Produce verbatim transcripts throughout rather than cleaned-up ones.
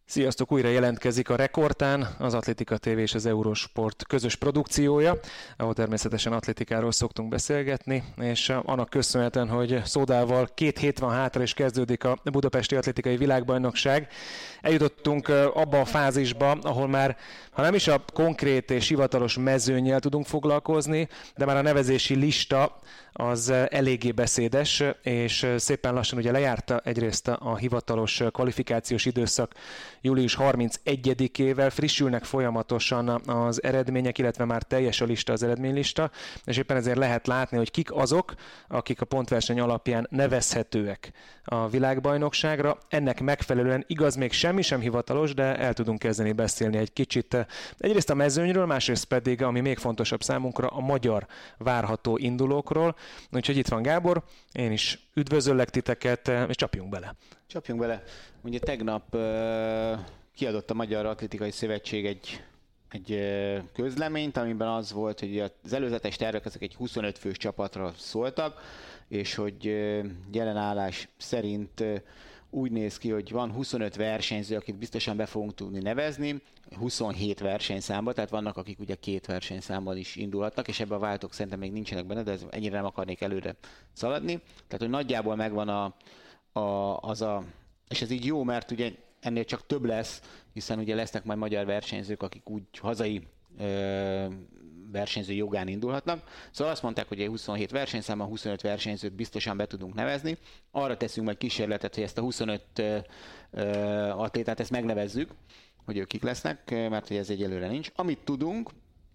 Sziasztok! Újra jelentkezik a Rekordtán, az Atlétika té vé és az Eurosport közös produkciója, ahol természetesen atlétikáról szoktunk beszélgetni, és annak köszönhetően, hogy Szódával két hét van hátra, és kezdődik a Budapesti Atlétikai Világbajnokság. Eljutottunk abba a fázisba, ahol már, ha nem is a konkrét és hivatalos mezőnnyel tudunk foglalkozni, de már a nevezési lista az eléggé beszédes, és szépen lassan ugye lejárta egyrészt a hivatalos kvalifikációs időszak július harmincegyedikével, frissülnek folyamatosan az eredmények, illetve már teljes a lista, az eredménylista, és éppen ezért lehet látni, hogy kik azok, akik a pontverseny alapján nevezhetőek a világbajnokságra. Ennek megfelelően igaz, még semmi sem hivatalos, de el tudunk kezdeni beszélni egy kicsit egyrészt a mezőnyről, másrészt pedig, ami még fontosabb számunkra, a magyar várható indulókról. Úgyhogy itt van Gábor, én is üdvözöllek titeket, és csapjunk bele. Csapjunk bele. Ugye tegnap uh, kiadott a Magyar Atlétikai Szövetség egy, egy uh, közleményt, amiben az volt, hogy az előzetes tervek ezek egy huszonöt fős csapatra szóltak, és hogy uh, jelen állás szerint uh, úgy néz ki, hogy van huszonöt versenyző, akit biztosan be fogunk tudni nevezni, huszonhét versenyszámban, tehát vannak, akik ugye két versenyszámmal is indulhatnak, és ebben a váltók szerintem még nincsenek benne, de ez ennyire nem akarnék előre szaladni. Tehát, hogy nagyjából megvan a, a, az a, és ez így jó, mert ugye ennél csak több lesz, hiszen ugye lesznek majd magyar versenyzők, akik úgy hazai ö, versenyző jogán indulhatnak. Szóval azt mondták, hogy egy huszonhét versenyszámban huszonöt versenyzőt biztosan be tudunk nevezni. Arra teszünk majd kísérletet, hogy ezt a huszonöt ö, ö, atlétát ezt megnevezzük, hogy ők kik lesznek, mert hogy ez egyelőre nincs. Amit tudunk,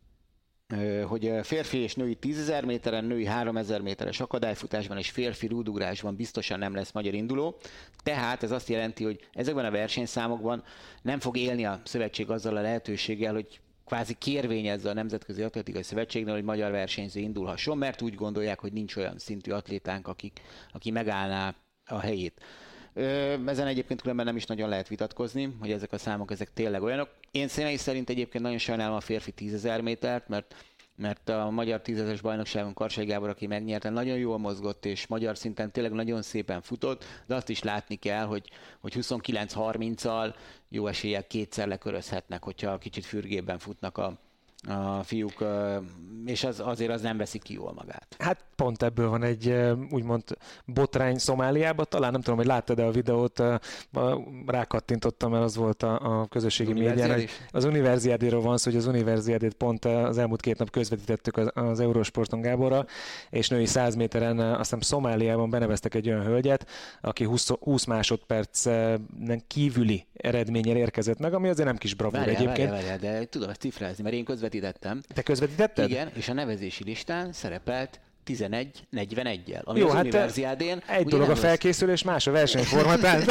hogy férfi és női tízezer méteren, női háromezer méteres akadályfutásban és férfi rúdugrásban biztosan nem lesz magyar induló. Tehát ez azt jelenti, hogy ezekben a versenyszámokban nem fog élni a szövetség azzal a lehetőséggel, hogy kvázi kérvényezze a Nemzetközi Atlétikai Szövetségnél, hogy magyar versenyző indulhasson, mert úgy gondolják, hogy nincs olyan szintű atlétánk, akik, aki megállná a helyét. Ezen egyébként különben nem is nagyon lehet vitatkozni, hogy ezek a számok ezek tényleg olyanok. Én személy szerint egyébként nagyon sajnálom a férfi tízezer métert, mert, mert a magyar tízezeres bajnokságon Karsai Gábor, aki megnyerte, nagyon jól mozgott, és magyar szinten tényleg nagyon szépen futott, de azt is látni kell, hogy, hogy huszonkilenc harminccal jó eséllyel kétszer lekörözhetnek, hogyha kicsit fürgében futnak a a fiúk, és az, azért az nem veszi ki jól magát. Hát pont ebből van egy úgymond botrány Szomáliában. Talán nem tudom, hogy láttad-e a videót, rákattintottam, mert az volt a, a közösségi médián. Az Universiádéról van szó, hogy az Universiádét pont az elmúlt két nap közvetítettük az, az Eurosporton Gáborral, és női száz méteren azt hiszem Szomáliában beneveztek egy olyan hölgyet, aki húsz, húsz másodpercen kívüli eredménnyel érkezett meg, ami azért nem kis bravúr várjál, egyébként. Várjál, várjál, de tudom ezt cifrázni, mert én közvetítettem. Te közvetítetted? Igen, és a nevezési listán szerepelt tizenegy negyvenegyel, ami jó, az hát Universiádén... Egy dolog a felkészülés, más a versenyformatán.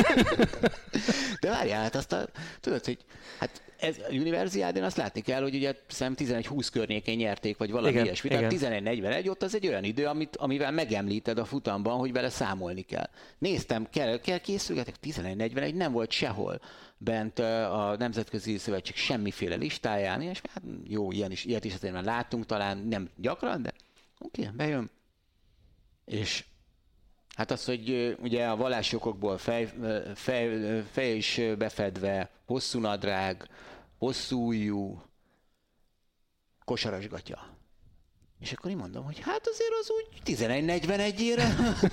De várjál, hát azt a, tudod, hogy hát ez a Universiádén azt látni kell, hogy ugye szem tizenegy húsz környékén nyerték, vagy valami ilyesmi. Tehát tizenegy negyvenegy, ott az egy olyan idő, amit, amivel megemlíted a futamban, hogy vele számolni kell. Néztem, kell, kell készülgetek, tizenegy negyvenegy nem volt sehol bent a Nemzetközi Szövetség semmiféle listáján, és hát jó, ilyen is, ilyet is azért már láttunk, talán nem gyakran, de oké, okay, bejön. És hát az, hogy ugye a vallásjogokból fej, fej, fej is befedve, hosszú nadrág, hosszú ujjú, kosarasgatya. És akkor én mondom, hogy hát azért az úgy tizenegy negyvenegyére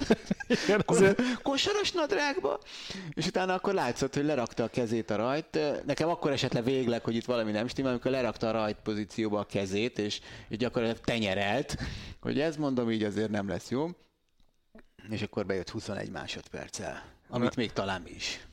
kosaras nadrágba. És utána akkor látszott, hogy lerakta a kezét a rajt. Nekem akkor esett le végleg, hogy itt valami nem stimmel, amikor lerakta a rajt pozícióba a kezét, és, és gyakorlatilag tenyerelt, hogy ez mondom így azért nem lesz jó. És akkor bejött huszonegy másodperccel, amit még talán mi is.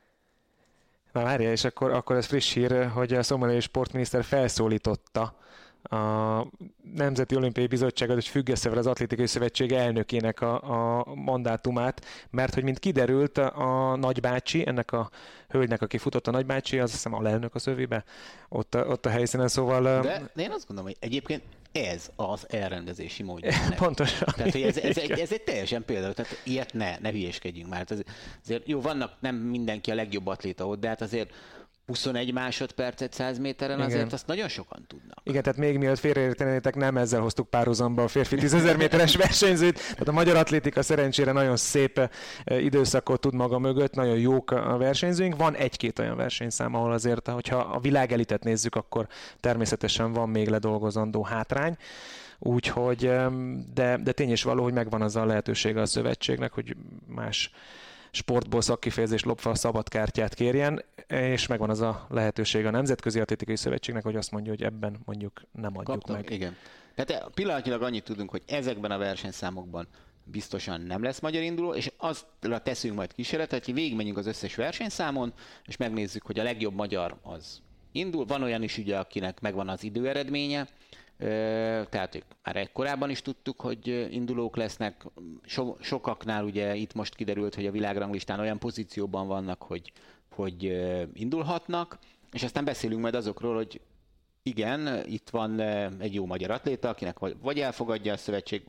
Na várjál, és akkor, akkor ez friss hír, hogy a szomáliai sportminiszter felszólította a Nemzeti Olimpiai Bizottságot, hogy függesse fel az Atlétikai Szövetség elnökének a, a mandátumát, mert hogy mint kiderült, a nagybácsi, ennek a hölgynek, aki futott a nagybácsi, az azt hiszem alelnök a szövébe, ott, ott a helyszínen, szóval... De én azt gondolom, hogy egyébként ez az elrendezési módja. Pontosan. Tehát, hogy ez, ez, egy, ez egy teljesen példa, tehát ilyet ne, ne hülyéskedjünk már. Azért, azért jó, vannak nem mindenki a legjobb atléta ott, de hát azért huszonegy másodpercet száz méteren, azért igen. Azt nagyon sokan tudnak. Igen, tehát még mielőtt félreértenétek, nem ezzel hoztuk párhuzamba a férfi tízezer méteres versenyzőt. Tehát a magyar atlétika szerencsére nagyon szép időszakot tud maga mögött, nagyon jók a versenyzőink. Van egy-két olyan versenyszám, ahol azért, hogyha a világelitet nézzük, akkor természetesen van még ledolgozandó hátrány. Úgyhogy, de, de tény is való, hogy megvan az a lehetősége a szövetségnek, hogy más sportból szakkifejezés lopva szabadkártyát kérjen, és megvan az a lehetőség a Nemzetközi Atlétikai Szövetségnek, hogy azt mondja, hogy ebben mondjuk nem adjuk Kaptam, meg. Igen. Tehát pillanatnyilag annyit tudunk, hogy ezekben a versenyszámokban biztosan nem lesz magyar induló, és azra teszünk majd kísérletet, hogy végigmenjünk az összes versenyszámon, és megnézzük, hogy a legjobb magyar az indul. Van olyan is ugye, akinek megvan az időeredménye, tehát már korábban is tudtuk, hogy indulók lesznek. So, sokaknál ugye itt most kiderült, hogy a világranglistán olyan pozícióban vannak, hogy, hogy indulhatnak, és aztán beszélünk majd azokról, hogy igen, itt van egy jó magyar atléta, akinek vagy elfogadja a szövetség,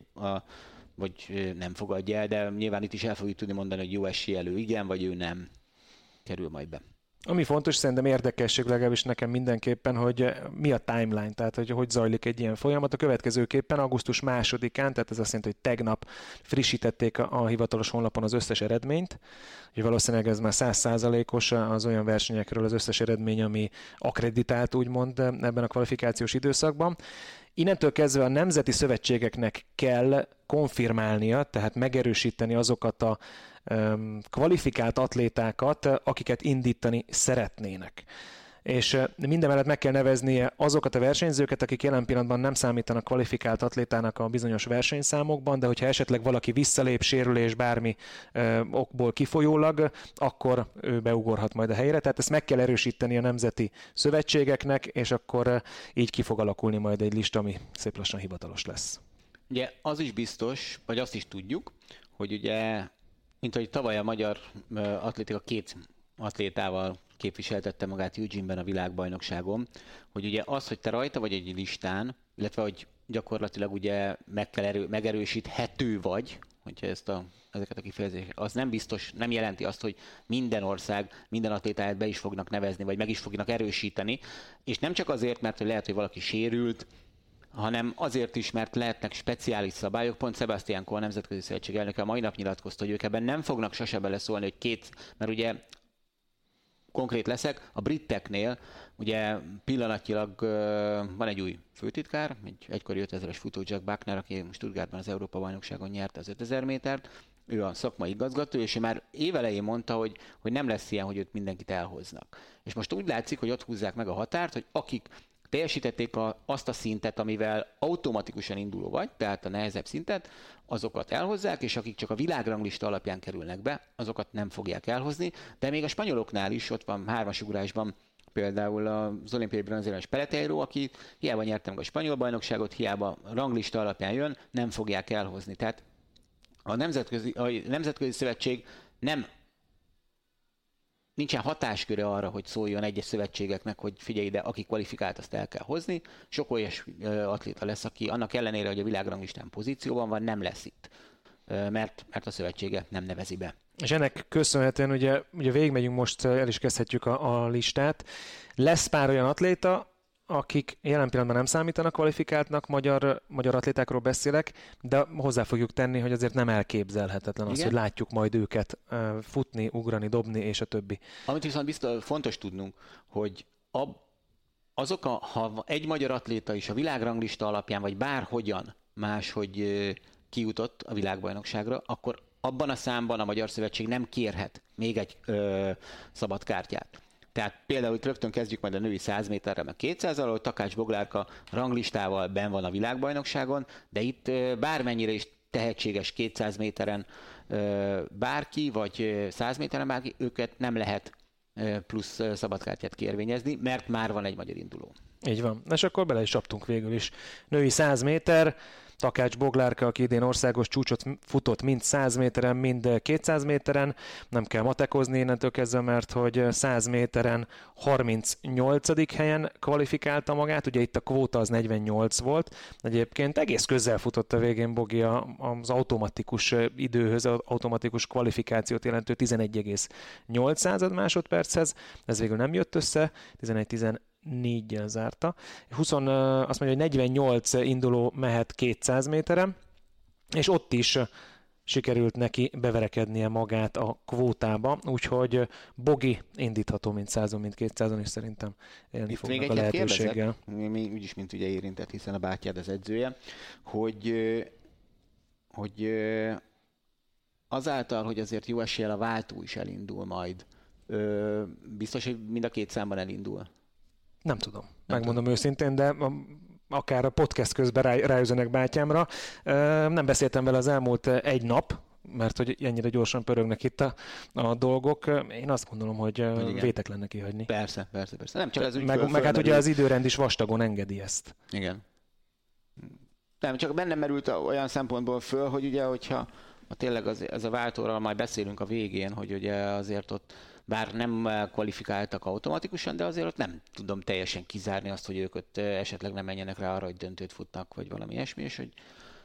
vagy nem fogadja el, de nyilván itt is el fogjuk tudni mondani, hogy jó esélyelő igen, vagy ő nem kerül majd be. Ami fontos, szerintem érdekesség legalábbis nekem mindenképpen, hogy mi a timeline, tehát hogy hogy zajlik egy ilyen folyamat. A következőképpen augusztus másodikán, tehát ez azt jelenti, hogy tegnap frissítették a, a hivatalos honlapon az összes eredményt, hogy valószínűleg ez már száz százalékos az olyan versenyekről az összes eredmény, ami akkreditált úgymond ebben a kvalifikációs időszakban. Innentől kezdve a nemzeti szövetségeknek kell konfirmálnia, tehát megerősíteni azokat a kvalifikált atlétákat, akiket indítani szeretnének. És mindemellett meg kell neveznie azokat a versenyzőket, akik jelen pillanatban nem számítanak kvalifikált atlétának a bizonyos versenyszámokban, de hogyha esetleg valaki visszalép, sérülés bármi ö, okból kifolyólag, akkor ő beugorhat majd a helyre. Tehát ezt meg kell erősíteni a nemzeti szövetségeknek, és akkor ö, így ki fog alakulni majd egy lista, ami szép lassan hivatalos lesz. Ugye az is biztos, vagy azt is tudjuk, hogy ugye mint hogy tavaly a magyar atlétika két atlétával képviseltette magát Eugene-ben a világbajnokságon, hogy ugye az, hogy te rajta vagy egy listán, illetve hogy gyakorlatilag ugye meg kell erő, megerősíthető vagy, hogyha ezt a, ezeket a kifejezéseket, az nem biztos, nem jelenti azt, hogy minden ország, minden atlétáját be is fognak nevezni, vagy meg is fognak erősíteni, és nem csak azért, mert hogy lehet, hogy valaki sérült, hanem azért is, mert lehetnek speciális szabályok. Pont Sebastian Coe, a Nemzetközi Szövetség elnöke a mai nap nyilatkozta, hogy ők ebben nem fognak sose beleszólni, hogy két, mert ugye konkrét leszek, a briteknél ugye pillanatnyilag uh, van egy új főtitkár, egy egykori ötezeres futó Jack Buckner, aki Stuttgartban az Európa-bajnokságon nyerte az ötezer métert, ő a szakmai igazgató, és ő már évelején mondta, hogy, hogy nem lesz ilyen, hogy őt mindenkit elhoznak. És most úgy látszik, hogy ott húzzák meg a határt, hogy akik teljesítették a, azt a szintet, amivel automatikusan induló vagy, tehát a nehezebb szintet, azokat elhozzák, és akik csak a világranglista alapján kerülnek be, azokat nem fogják elhozni, de még a spanyoloknál is ott van hármasugrásban például az olimpiai bronzérmes Peleteiro, aki hiába nyerte meg a spanyol bajnokságot, hiába ranglista alapján jön, nem fogják elhozni. Tehát a Nemzetközi, a Nemzetközi Szövetség nem nincsen hatásköre arra, hogy szóljon egyes szövetségeknek, hogy figyelj ide, aki kvalifikált, azt el kell hozni. Sok olyas atléta lesz, aki annak ellenére, hogy a világranglistán pozícióban van, nem lesz itt, mert, mert a szövetsége nem nevezi be. És ennek köszönhetően ugye, ugye végigmegyünk most, el is kezdhetjük a, a listát. Lesz pár olyan atléta, akik jelen pillanatban nem számítanak kvalifikáltnak, magyar, magyar atlétákról beszélek, de hozzá fogjuk tenni, hogy azért nem elképzelhetetlen az, hogy látjuk majd őket futni, ugrani, dobni, és a többi. Amit viszont biztos fontos tudnunk, hogy a, azok a, ha egy magyar atléta is a világranglista alapján, vagy bárhogyan máshogy kijutott a világbajnokságra, akkor abban a számban a Magyar Szövetség nem kérhet még egy ö, szabad kártyát. Tehát például itt rögtön kezdjük majd a női száz méterre, meg kétszázzal, ahol Takács Boglárka ranglistával benn van a világbajnokságon, de itt bármennyire is tehetséges kétszáz méteren bárki, vagy száz méteren bárki, őket nem lehet plusz szabadkártyát kérvényezni, mert már van egy magyar induló. Így van. És akkor bele is csaptunk végül is. Női száz méter, Takács Boglárka, aki idén országos csúcsot futott mind száz méteren, mind kétszáz méteren. Nem kell matekozni innentől kezdve, mert hogy száz méteren harmincnyolcadik helyen kvalifikálta magát. Ugye itt a kvóta az negyvennyolc volt. Egyébként egész közel futott a végén Bogi az automatikus időhöz, az automatikus kvalifikációt jelentő tizenegy egész nyolc másodperchez. Ez végül nem jött össze, tizenegy tizennégyel zárta. húsz, azt mondja, hogy negyvennyolc induló mehet kétszáz méteren, és ott is sikerült neki beverekednie magát a kvótába, úgyhogy Bogi indítható mind százon, mind kétszázon, és szerintem élni itt fognak a lehetőséggel. Még úgyis, mint ugye érintett, hiszen a bátyád az edzője, hogy, hogy azáltal, hogy azért jó eséllyel a váltó is elindul majd, biztos, hogy mind a két számban elindul? Nem tudom. Nem Megmondom tudom. őszintén, de akár a podcast közben rá, ráüzenek bátyámra. Nem beszéltem vele az elmúlt egy nap, mert hogy ennyire gyorsan pörögnek itt a, a dolgok. Én azt gondolom, hogy igen. vétek lenne kihagyni. Persze, persze, persze. Nem csak ez úgy meg, föl, meg hát ugye az időrend is vastagon engedi ezt. Igen. Nem, csak bennem merült olyan szempontból föl, hogy ugye, hogyha ha tényleg az, ez a váltóról majd beszélünk a végén, hogy ugye azért ott bár nem kvalifikáltak automatikusan, de azért ott nem tudom teljesen kizárni azt, hogy ők ott esetleg nem menjenek rá arra, hogy döntőt futnak, vagy valami ilyesmi, és hogy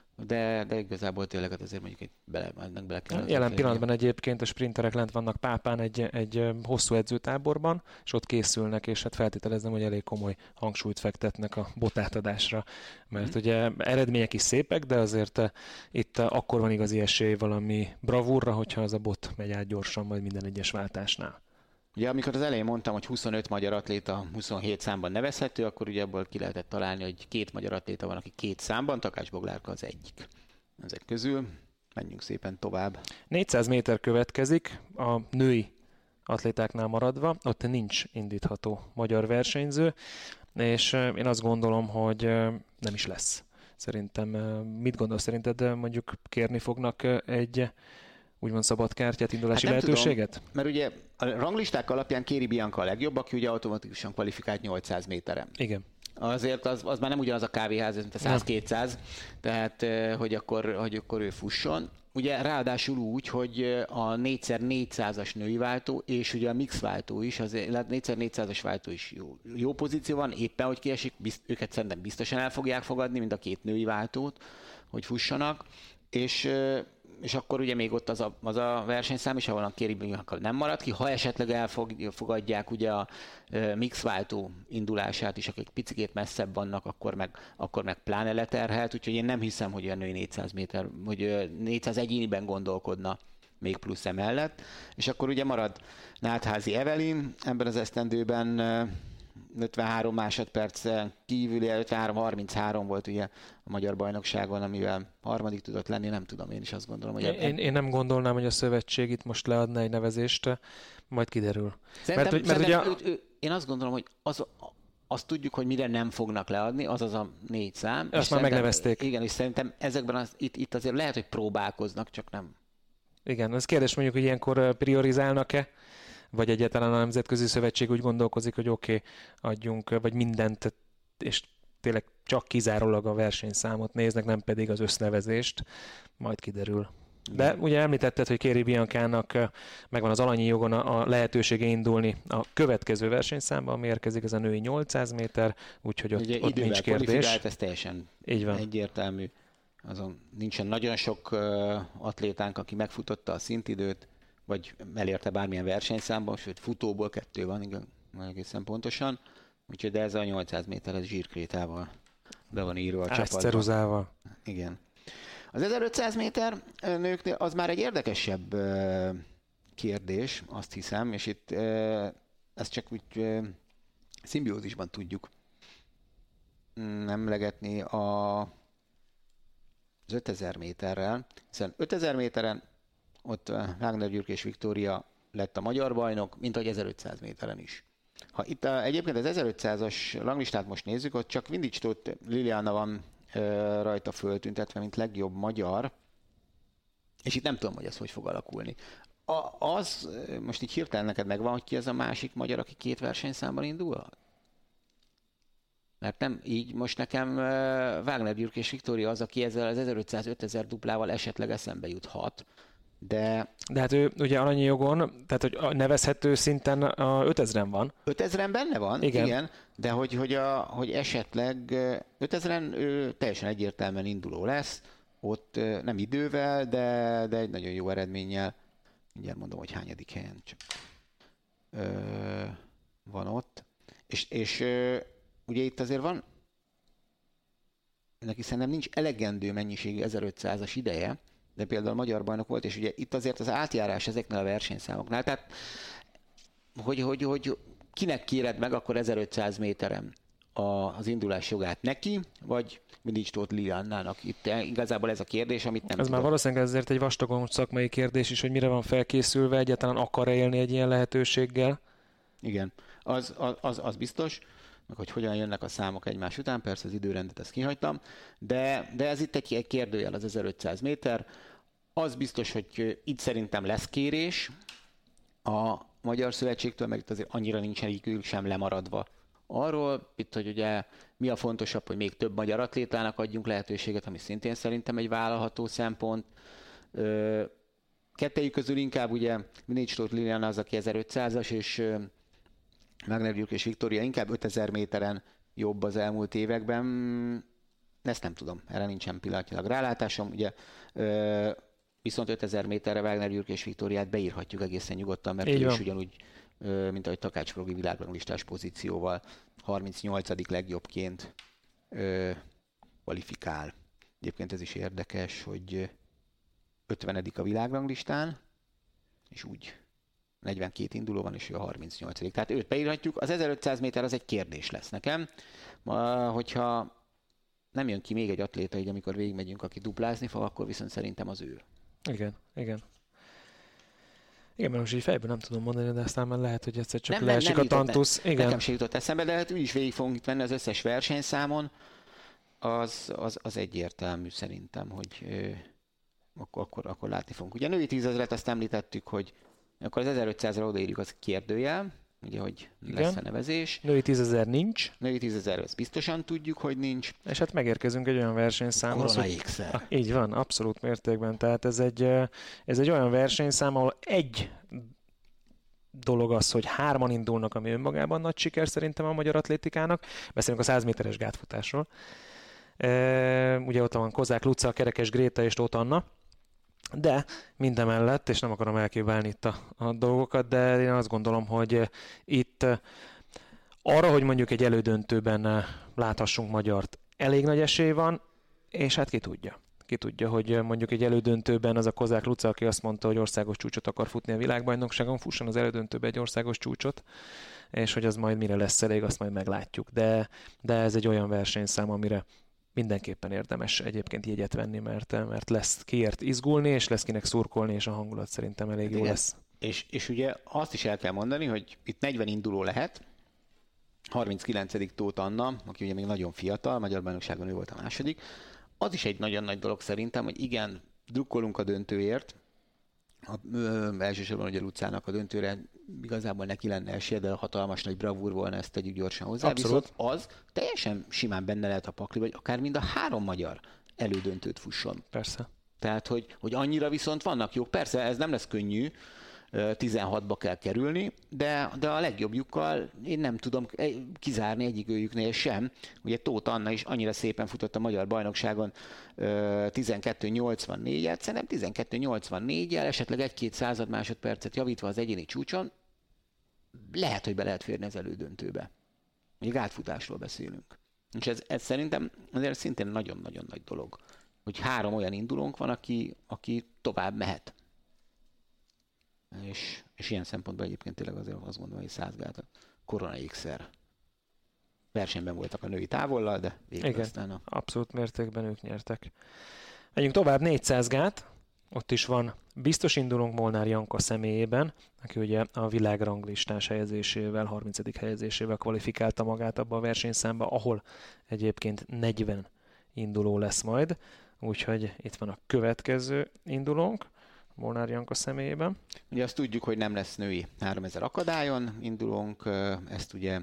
de, de igazából tényleg azért mondjuk itt bele, meg bele kell. Jelen félni. Pillanatban egyébként a sprinterek lent vannak Pápán egy, egy hosszú edzőtáborban, és ott készülnek, és hát feltételezem, hogy elég komoly hangsúlyt fektetnek a botátadásra, mert mm. ugye eredmények is szépek, de azért itt akkor van igazi esély valami bravúrra, hogyha az a bot megy át gyorsan majd minden egyes váltásnál. Ugye amikor az elején mondtam, hogy huszonöt magyar atléta huszonhét számban nevezhető, akkor ugye abból ki lehetett találni, hogy két magyar atléta van, aki két számban, Takács Boglárka az egyik. Ezek közül menjünk szépen tovább. négyszáz méter következik a női atlétáknál maradva, ott nincs indítható magyar versenyző, és én azt gondolom, hogy nem is lesz. Szerintem, mit gondolsz szerinted, mondjuk kérni fognak egy úgymond szabad kártyát, indulási hát lehetőséget? Tudom, mert ugye a ranglisták alapján Kéri Bianca a legjobb, aki ugye automatikusan kvalifikált nyolcszáz méteren. Igen. Azért az, az már nem ugyanaz a kávéház, mint a száz-kétszáz, tehát hogy akkor, hogy akkor ő fusson. Ugye ráadásul úgy, hogy a négyszer négyszázas női váltó, és ugye a mix váltó is, az négyszer négyszázas váltó is jó, jó pozíció van, éppen hogy kiesik, bizt, őket szerintem biztosan el fogják fogadni, mind a két női váltót, hogy fussanak, és és akkor ugye még ott az a, az a versenyszám is, ahol a Kéri Bianca nem marad ki. Ha esetleg elfogadják ugye a mixváltó indulását is, akik picikét messzebb vannak, akkor meg, akkor meg pláne leterhelt, úgyhogy én nem hiszem, hogy a női négyszáz méter, hogy négyszáz egyéniben gondolkodna még plusz emellett. És akkor ugye marad Nátházi Evelyn, ebben az esztendőben ötvenhárom másodpercen kívüli, ötvenhárom harminchárom volt ugye a magyar bajnokságon, amivel harmadik tudott lenni, nem tudom, én is azt gondolom, hogy... Én, én nem gondolnám, hogy a szövetség itt most leadna egy nevezést, majd kiderül. Szerintem, mert, mert ugye... ő, ő, én azt gondolom, hogy az, azt tudjuk, hogy mire nem fognak leadni, az az a négy szám. Azt már megnevezték. Igen, és szerintem ezekben az, itt, itt azért lehet, hogy próbálkoznak, csak nem. Igen, az kérdés mondjuk, hogy ilyenkor priorizálnak-e, vagy egyáltalán a Nemzetközi Szövetség úgy gondolkozik, hogy oké, okay, adjunk, vagy mindent, és tényleg csak kizárólag a versenyszámot néznek, nem pedig az össznevezést, majd kiderül. De ugye említetted, hogy Kéri Biancának megvan az alanyi jogon a lehetősége indulni a következő versenyszámba, ami érkezik, ez a női nyolcszáz méter, úgyhogy ott, ugye ott nincs kérdés. Ez teljesen így van. Egyértelmű. Azon nincsen nagyon sok uh, atlétánk, aki megfutotta a szintidőt, vagy elérte bármilyen versenyszámban, sőt futóból kettő van, igen, egészen pontosan. Úgyhogy de ez a nyolcszáz méter, ez zsírkrétával be van írva a csapatban. Ceruzával. Igen. Az ezerötszáz méter nőknél az már egy érdekesebb kérdés, azt hiszem, és itt ezt csak úgy szimbiózisban tudjuk emlegetni a, az ötezer méterrel, hiszen ötezer méteren ott Wagner Gyürk és Viktória lett a magyar bajnok, mint ahogy ezerötszáz méteren is. Ha itt a, egyébként az ezerötszázas ranglistát most nézzük, ott csak Vindics Tóth Liliana van e, rajta föltüntetve, mint legjobb magyar, és itt nem tudom, hogy ez hogy fog alakulni. A, az, most így hirtelen neked megvan, hogy ki ez a másik magyar, aki két versenyszámban indul? Mert nem így, most nekem Wagner Gyürk és Viktória az, aki ezzel az ezerötszáz-ötezer duplával esetleg eszembe juthat, de... De hát ő ugye aranyi jogon, tehát hogy nevezhető szinten a ötezren van. ötezren benne van, igen, igen, de hogy, hogy, a, hogy esetleg ötezren ő teljesen egyértelműen induló lesz, ott nem idővel, de, de egy nagyon jó eredménnyel. Mindjárt mondom, hogy hányadik helyen csak ö, van ott. És, és ö, ugye itt azért van, neki szerintem nincs elegendő mennyiségű ezerötszázas ideje, de például magyar bajnok volt, és ugye itt azért az átjárás ezeknél a versenyszámoknál, tehát hogy, hogy, hogy kinek kéred meg akkor ezerötszáz méteren a, az indulás jogát, neki, vagy mindig Tóth Liliannának? Itt igazából ez a kérdés, amit nem Ez tudom. már valószínűleg ezért egy vastagon szakmai kérdés is, hogy mire van felkészülve, egyáltalán akar élni egy ilyen lehetőséggel. Igen, az, az, az, az biztos, meg hogy hogyan jönnek a számok egymás után, persze az időrendet ezt kihagytam, de, de ez itt egy kérdőjel az ezerötszáz méter. Az biztos, hogy itt szerintem lesz kérés a Magyar Szövetségtől, meg itt azért annyira nincsen egyikük sem lemaradva arról, itt, hogy ugye mi a fontosabb, hogy még több magyar atlétának adjunk lehetőséget, ami szintén szerintem egy vállalható szempont. Kettejük közül inkább ugye Vinics Tóth Liliana az, aki ezerötszázas, és Wagner Gyürk és Viktória inkább ötezer méteren jobb az elmúlt években. Ezt nem tudom, erre nincsen pillanatnyilag rálátásom. Ugye, viszont ötezer méterre Wagner Gyürk és Viktóriát beírhatjuk egészen nyugodtan, mert ő is ugyanúgy, mint ahogy Takács Frogi világranglistás pozícióval harmincnyolcadik legjobbként kvalifikál. Egyébként ez is érdekes, hogy ötvenedik a világranglistán, és úgy negyvenkét induló van, és ő a harmincnyolcadik Tehát őt beírhatjuk. Az ezerötszáz méter az egy kérdés lesz nekem. Ma, hogyha nem jön ki még egy atléta, így amikor végigmegyünk, aki duplázni fog, akkor viszont szerintem az ő. Igen, igen. Igen, mert most így fejből nem tudom mondani, de aztán már lehet, hogy egyszer csak nem, leesik nem, nem a tantusz. Ne, igen. Nekem se jutott eszembe, de hát úgy is végig fogunk itt venni az összes versenyszámon. Az, az, az egyértelmű szerintem, hogy ö, akkor, akkor, akkor látni fogunk. Ugye a női tízezret azt említettük, hogy akkor az ezerötszázra odaírjuk, az kérdőjel, ugye, hogy igen. Lesz a nevezés. Női tízezer nincs. Női tízezer, ezt biztosan tudjuk, hogy nincs. És hát megérkezünk egy olyan versenyszámhoz, Korona ékszer. Ah, így van, abszolút mértékben. Tehát ez egy, ez egy olyan versenyszám, ahol egy dolog az, hogy hárman indulnak, ami önmagában nagy siker szerintem a magyar atlétikának. Beszélünk a száz méteres gátfutásról. E, ugye ott van Kozák Luca, Kerekes Gréta és Tóth Anna. De mindemellett, és nem akarom elkívánni itt a, a dolgokat, de én azt gondolom, hogy itt arra, hogy mondjuk egy elődöntőben láthassunk magyart, elég nagy esély van, és hát ki tudja. Ki tudja, hogy mondjuk egy elődöntőben az a Kozák Luca, aki azt mondta, hogy országos csúcsot akar futni a világbajnokságon, fusson az elődöntőben egy országos csúcsot, és hogy az majd mire lesz elég, azt majd meglátjuk. De, de ez egy olyan versenyszám, amire mindenképpen érdemes egyébként jegyet venni, mert, mert lesz kiért izgulni, és lesz kinek szurkolni, és a hangulat szerintem elég jó lesz. És, és ugye azt is el kell mondani, hogy itt negyven induló lehet, harminckilencedik Tóth Anna, aki ugye még nagyon fiatal, Magyar Bajnokságon ő volt a második. Az is egy nagyon nagy dolog szerintem, hogy igen, drukkolunk a döntőért, a, ö, elsősorban ugye Lucának a döntőre igazából neki lenne esélye, de hatalmas nagy bravúr volna, ezt tegyük gyorsan hozzá. Abszolút. Viszont az teljesen simán benne lehet a pakli, vagy akár mind a három magyar elődöntőt fusson. Persze. Tehát, hogy, hogy annyira viszont vannak jók. Persze ez nem lesz könnyű, tizenhatba kell kerülni, de, de a legjobbjukkal én nem tudom kizárni egyikőjüknél sem. Ugye Tóth Anna is annyira szépen futott a magyar bajnokságon tizenkettő nyolcvannégyet, szerintem tizenkettő nyolcvannégyel, esetleg egy-két század másodpercet javítva az egyéni csúcson, lehet, hogy be lehet férni az elődöntőbe. Még átfutásról beszélünk. És ez, ez szerintem azért szintén nagyon-nagyon nagy dolog, hogy három olyan indulónk van, aki, aki tovább mehet. És, és ilyen szempontból egyébként tényleg azért azt mondom, hogy százgát a korona ékszer. Versenyben voltak a női távollal, de végül aztán a... abszolút mértékben ők nyertek. Menjünk tovább, négyszáz gát. Ott is van biztos indulónk Molnár Janka személyében, aki ugye a világranglistás helyezésével, harmincadik helyezésével kvalifikálta magát abba a versenyszámba, ahol egyébként negyven induló lesz majd. Úgyhogy itt van a következő indulónk Molnár Janka személyében. Ugye azt tudjuk, hogy nem lesz női háromezer akadályon indulónk, ezt ugye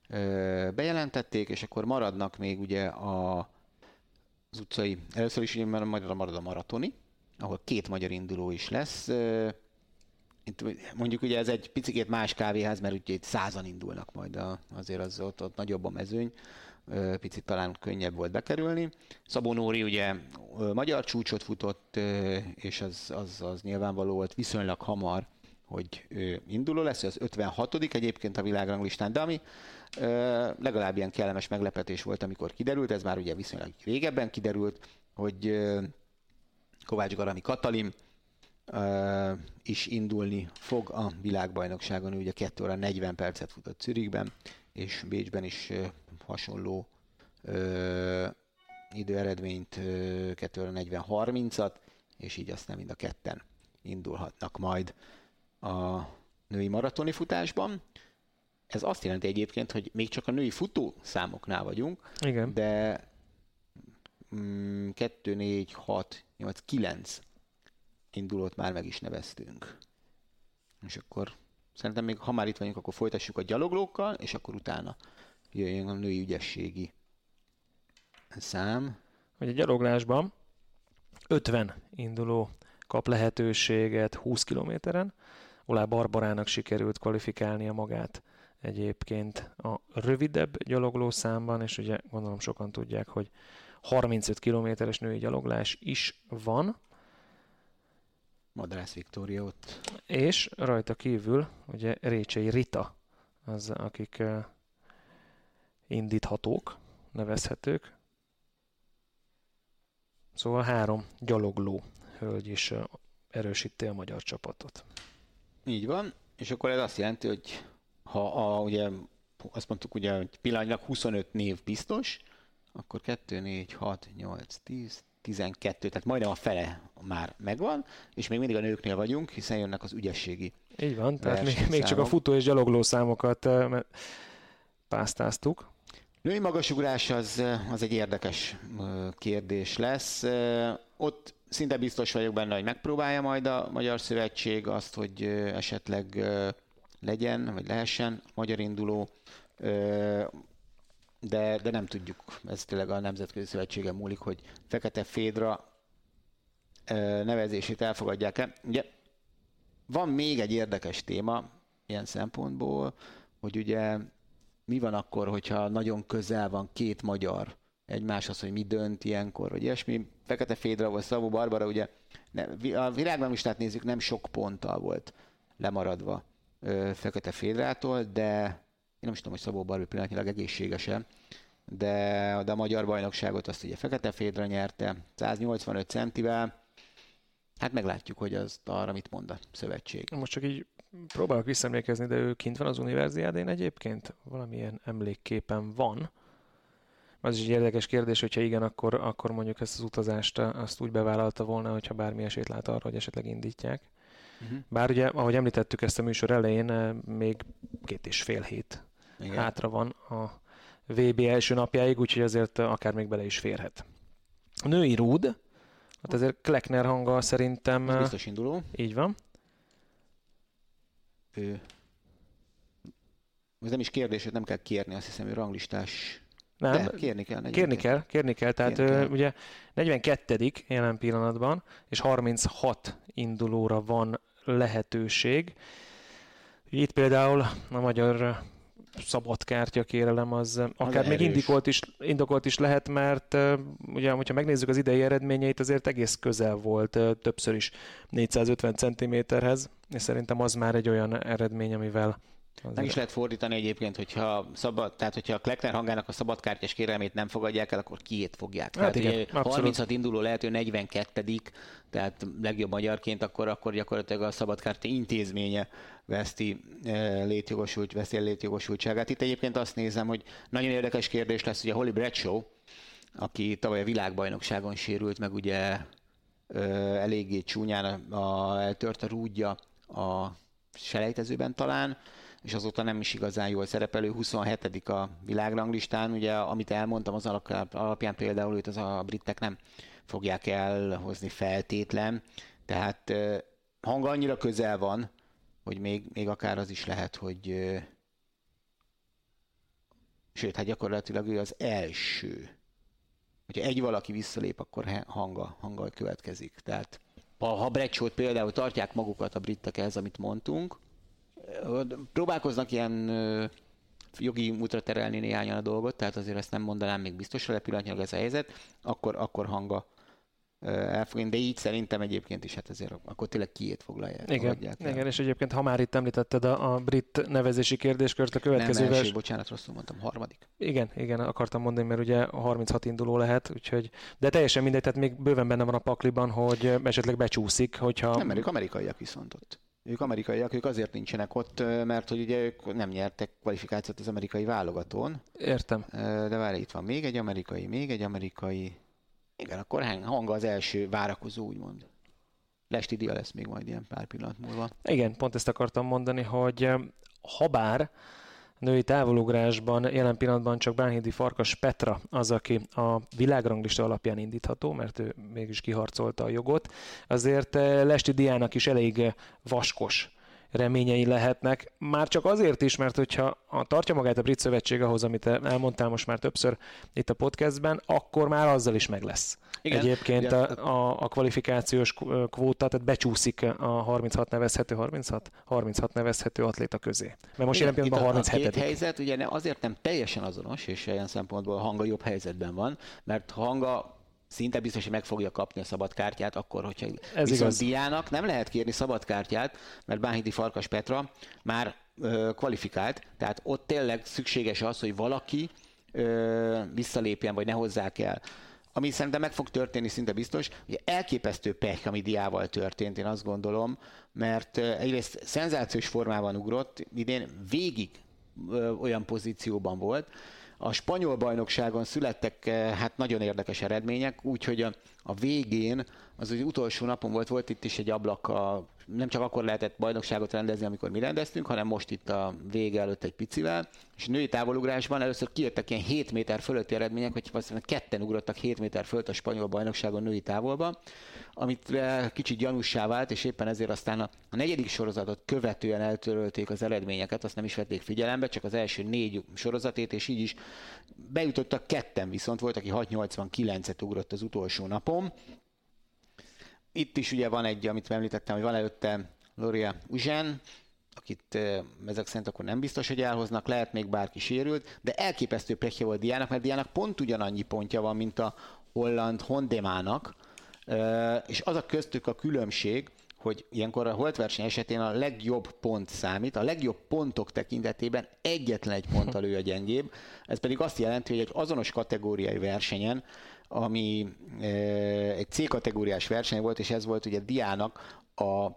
bejelentették, és akkor maradnak még ugye a, az utcai, először is ugye marad, marad a maratoni, ahol két magyar induló is lesz. Itt mondjuk ugye ez egy picikét más kávéház, mert ugye itt százan indulnak majd, a, azért az ott, ott nagyobb a mezőny, picit talán könnyebb volt bekerülni. Szabó Nóri ugye magyar csúcsot futott, és az, az, az nyilvánvaló volt viszonylag hamar, hogy ő induló lesz, az ötvenhatodik egyébként a világranglistán, de ami legalább ilyen kellemes meglepetés volt, amikor kiderült, ez már ugye viszonylag régebben kiderült, hogy Kovács Garami Katalin is indulni fog a világbajnokságon, ugye kettő óra negyven percet futott Zürichben, és Bécsben is hasonló ö, időeredményt, ö, kettő óra negyven harmincat, és így aztán mind a ketten indulhatnak majd a női maratoni futásban. Ez azt jelenti egyébként, hogy még csak a női futó számoknál vagyunk, igen. De mm, kettő, négy, hat, nyolc, kilenc indulót már meg is neveztünk. És akkor szerintem még, ha már itt vagyunk, akkor folytassuk a gyaloglókkal, és akkor utána jöjjön a női ügyességi szám. Hogy a gyaloglásban ötven induló kap lehetőséget húsz kilométeren. Olá Barbarának sikerült kvalifikálnia magát egyébként a rövidebb gyalogló számban, és ugye gondolom sokan tudják, hogy harmincöt kilométeres női gyaloglás is van. Madarász Viktória ott. És rajta kívül ugye Récsei Rita az, akik uh, indíthatók, nevezhetők. Szóval három gyalogló hölgy is uh, erősíti a magyar csapatot. Így van, és akkor ez azt jelenti, hogy ha a, ugye, azt mondtuk ugye, hogy pillanatnyilag huszonöt név biztos, akkor kettő, négy, hat, nyolc, tíz, tizenkettő, tehát majdnem a fele már megvan, és még mindig a nőknél vagyunk, hiszen jönnek az ügyességi. Így van, tehát még, még csak a futó és gyalogló számokat uh, pásztáztuk. Női magasugrás az, az egy érdekes uh, kérdés lesz. Uh, ott szinte biztos vagyok benne, hogy megpróbálja majd a Magyar Szövetség azt, hogy uh, esetleg uh, legyen, vagy lehessen magyar induló, uh, de, de nem tudjuk. Ez tényleg a Nemzetközi Szövetségen múlik, hogy Fekete Fédra nevezését elfogadják-e. Ugye van még egy érdekes téma ilyen szempontból, hogy ugye mi van akkor, hogyha nagyon közel van két magyar egymáshoz, hogy mi dönt ilyenkor, vagy ilyesmi. Fekete Fédra vagy Szabó Barbara, ugye a világranglistát nézzük, nem sok ponttal volt lemaradva Fekete Fédrától, de én nem is tudom, hogy Szabó Barbara pillanatnyilag egészséges-e, de, de a magyar bajnokságot azt ugye Fekete Fédra nyerte, száznyolcvanöt centivel. Hát meglátjuk, hogy az arra mit mond a szövetség. Most csak így próbálok visszaemlékezni, de ő kint van az Universiádén egyébként? Valamilyen emlékképen van. Az is egy érdekes kérdés, hogyha igen, akkor, akkor mondjuk ezt az utazást azt úgy bevállalta volna, hogyha bármi esélyt lát arra, hogy esetleg indítják. Uh-huh. Bár ugye, ahogy említettük ezt a műsor elején, még két és fél hét igen. hátra van a vé bé első napjáig, úgyhogy azért akár még bele is férhet. A női rúd, hát ezért Kleckner hanggal szerintem... Ez biztos induló. Így van. Ő... Ez nem is kérdés, hogy nem kell kérni, azt hiszem, hogy ranglistás... Nem, de kérni kell. Kérni kell, kérni kell. Tehát kérni kell. Ugye negyvenkettedik jelen pillanatban, és harminchat indulóra van lehetőség. Itt például a magyar szabadkártya kérelem az, az akár erős. Még indikolt is, indokolt is lehet, mert uh, ugye, hogyha megnézzük az idei eredményeit, azért egész közel volt, uh, többször is négyszázötven centiméterhez, és szerintem az már egy olyan eredmény, amivel nem is lehet fordítani egyébként, hogyha, szabad, tehát hogyha a Kleckner hangának a szabadkártyás kérelmét nem fogadják el, akkor kiét fogják. Hát tehát igen, harminchat induló lehető negyvenkettedik tehát legjobb magyarként, akkor, akkor gyakorlatilag a szabadkártya intézménye veszti létjogosult, veszi el létjogosultságát. Itt egyébként azt nézem, hogy nagyon érdekes kérdés lesz, ugye Holly Bradshaw, aki tavaly a világbajnokságon sérült, meg ugye eléggé csúnyán a, a, eltört a rúdja a selejtezőben talán, és azóta nem is igazán jól szerepelő, huszonhetedik a világranglistán, ugye amit elmondtam az alapján például őt az a britek nem fogják elhozni feltétlen, tehát hang annyira közel van, hogy még, még akár az is lehet, hogy Sőt, hát gyakorlatilag ő az első. Hogyha egy valaki visszalép, akkor hanga, hanga következik. Tehát ha Bradshaw-t például tartják magukat a britek ehhez, amit mondtunk, próbálkoznak ilyen jogi útra terelni néhányan a dolgot, tehát azért ezt nem mondanám még biztosra, de pillanatnyilag ez a helyzet, akkor, akkor hanga elfogni, de így szerintem egyébként is, hát azért akkor tényleg kiét foglalják. Igen, igen, és egyébként ha már itt említetted a, a brit nevezési kérdéskört, a következő Nem, első, bocsánat, rosszul mondtam, harmadik. Igen, igen, akartam mondani, mert ugye harminchat induló lehet, úgyhogy, de teljesen mindegy, tehát még bőven benne van a pakliban, hogy esetleg becsúszik, hogyha... Nem, mert ők amerikaiak viszont ott. Ők amerikaiak, ők azért nincsenek ott, mert hogy ugye ők nem nyertek kvalifikációt az amerikai válogatón. Értem. De várj, itt van még egy amerikai, még egy amerikai... Igen, akkor hanga az első várakozó, úgymond. Lesti Dia lesz még majd ilyen pár pillanat múlva. Igen, pont ezt akartam mondani, hogy habár női távolugrásban jelen pillanatban csak Bánhidi Farkas Petra az, aki a világranglista alapján indítható, mert ő mégis kiharcolta a jogot, azért Lesti Diának is elég vaskos reményei lehetnek. Már csak azért is, mert hogyha tartja magát a Brit Szövetség ahhoz, amit elmondtál most már többször itt a podcastben, akkor már azzal is meg lesz. Igen, egyébként a, a, a kvalifikációs kvóta, tehát becsúszik a harminchat nevezhető, harminchat? harminchat nevezhető atléta közé. Mert most jelen pillanatban harminchetedik. A két helyzet ugye azért nem teljesen azonos, és ilyen szempontból a Hanga jobb helyzetben van, mert Hanga szinte biztos, hogy meg fogja kapni a szabadkártyát, akkor, hogyha ez viszont igaz. Diának nem lehet kérni szabadkártyát, mert Bánhidi Farkas Petra már ö, kvalifikált, tehát ott tényleg szükséges az, hogy valaki ö, visszalépjen, vagy ne hozzák el. Ami szerintem meg fog történni, szinte biztos, ugye elképesztő pech, ami Diával történt, én azt gondolom, mert egyrészt szenzációs formában ugrott, idén végig ö, olyan pozícióban volt. A spanyol bajnokságon születtek hát nagyon érdekes eredmények, úgyhogy a, a végén, az az utolsó napon volt, volt itt is egy ablak, a, nem csak akkor lehetett bajnokságot rendezni, amikor mi rendeztünk, hanem most itt a vége előtt egy picivel, és női távolugrásban először kijöttek ilyen hét méter fölötti eredmények, hogy valószínűleg ketten ugrottak hét méter fölött a spanyol bajnokságon női távolba, amit kicsit gyanússá vált, és éppen ezért aztán a, a negyedik sorozatot követően eltörölték az eredményeket, azt nem is vették figyelembe, csak az első négy sorozatét, és így is bejutottak ketten, viszont volt, aki hat nyolcvankilencet ugrott az utolsó napon. Itt is ugye van egy, amit említettem, hogy van előtte Loria Uzsen, akit ezek szerint akkor nem biztos, hogy elhoznak, lehet még bárki sérült, de elképesztő pekje volt Diának, mert Diának pont ugyanannyi pontja van, mint a holland Hondemának, és az a köztük a különbség, hogy ilyenkor a holtverseny esetén a legjobb pont számít, a legjobb pontok tekintetében egyetlen egy ponttal ő a gyengébb, ez pedig azt jelenti, hogy egy azonos kategóriai versenyen, ami egy C-kategóriás verseny volt, és ez volt ugye Diának a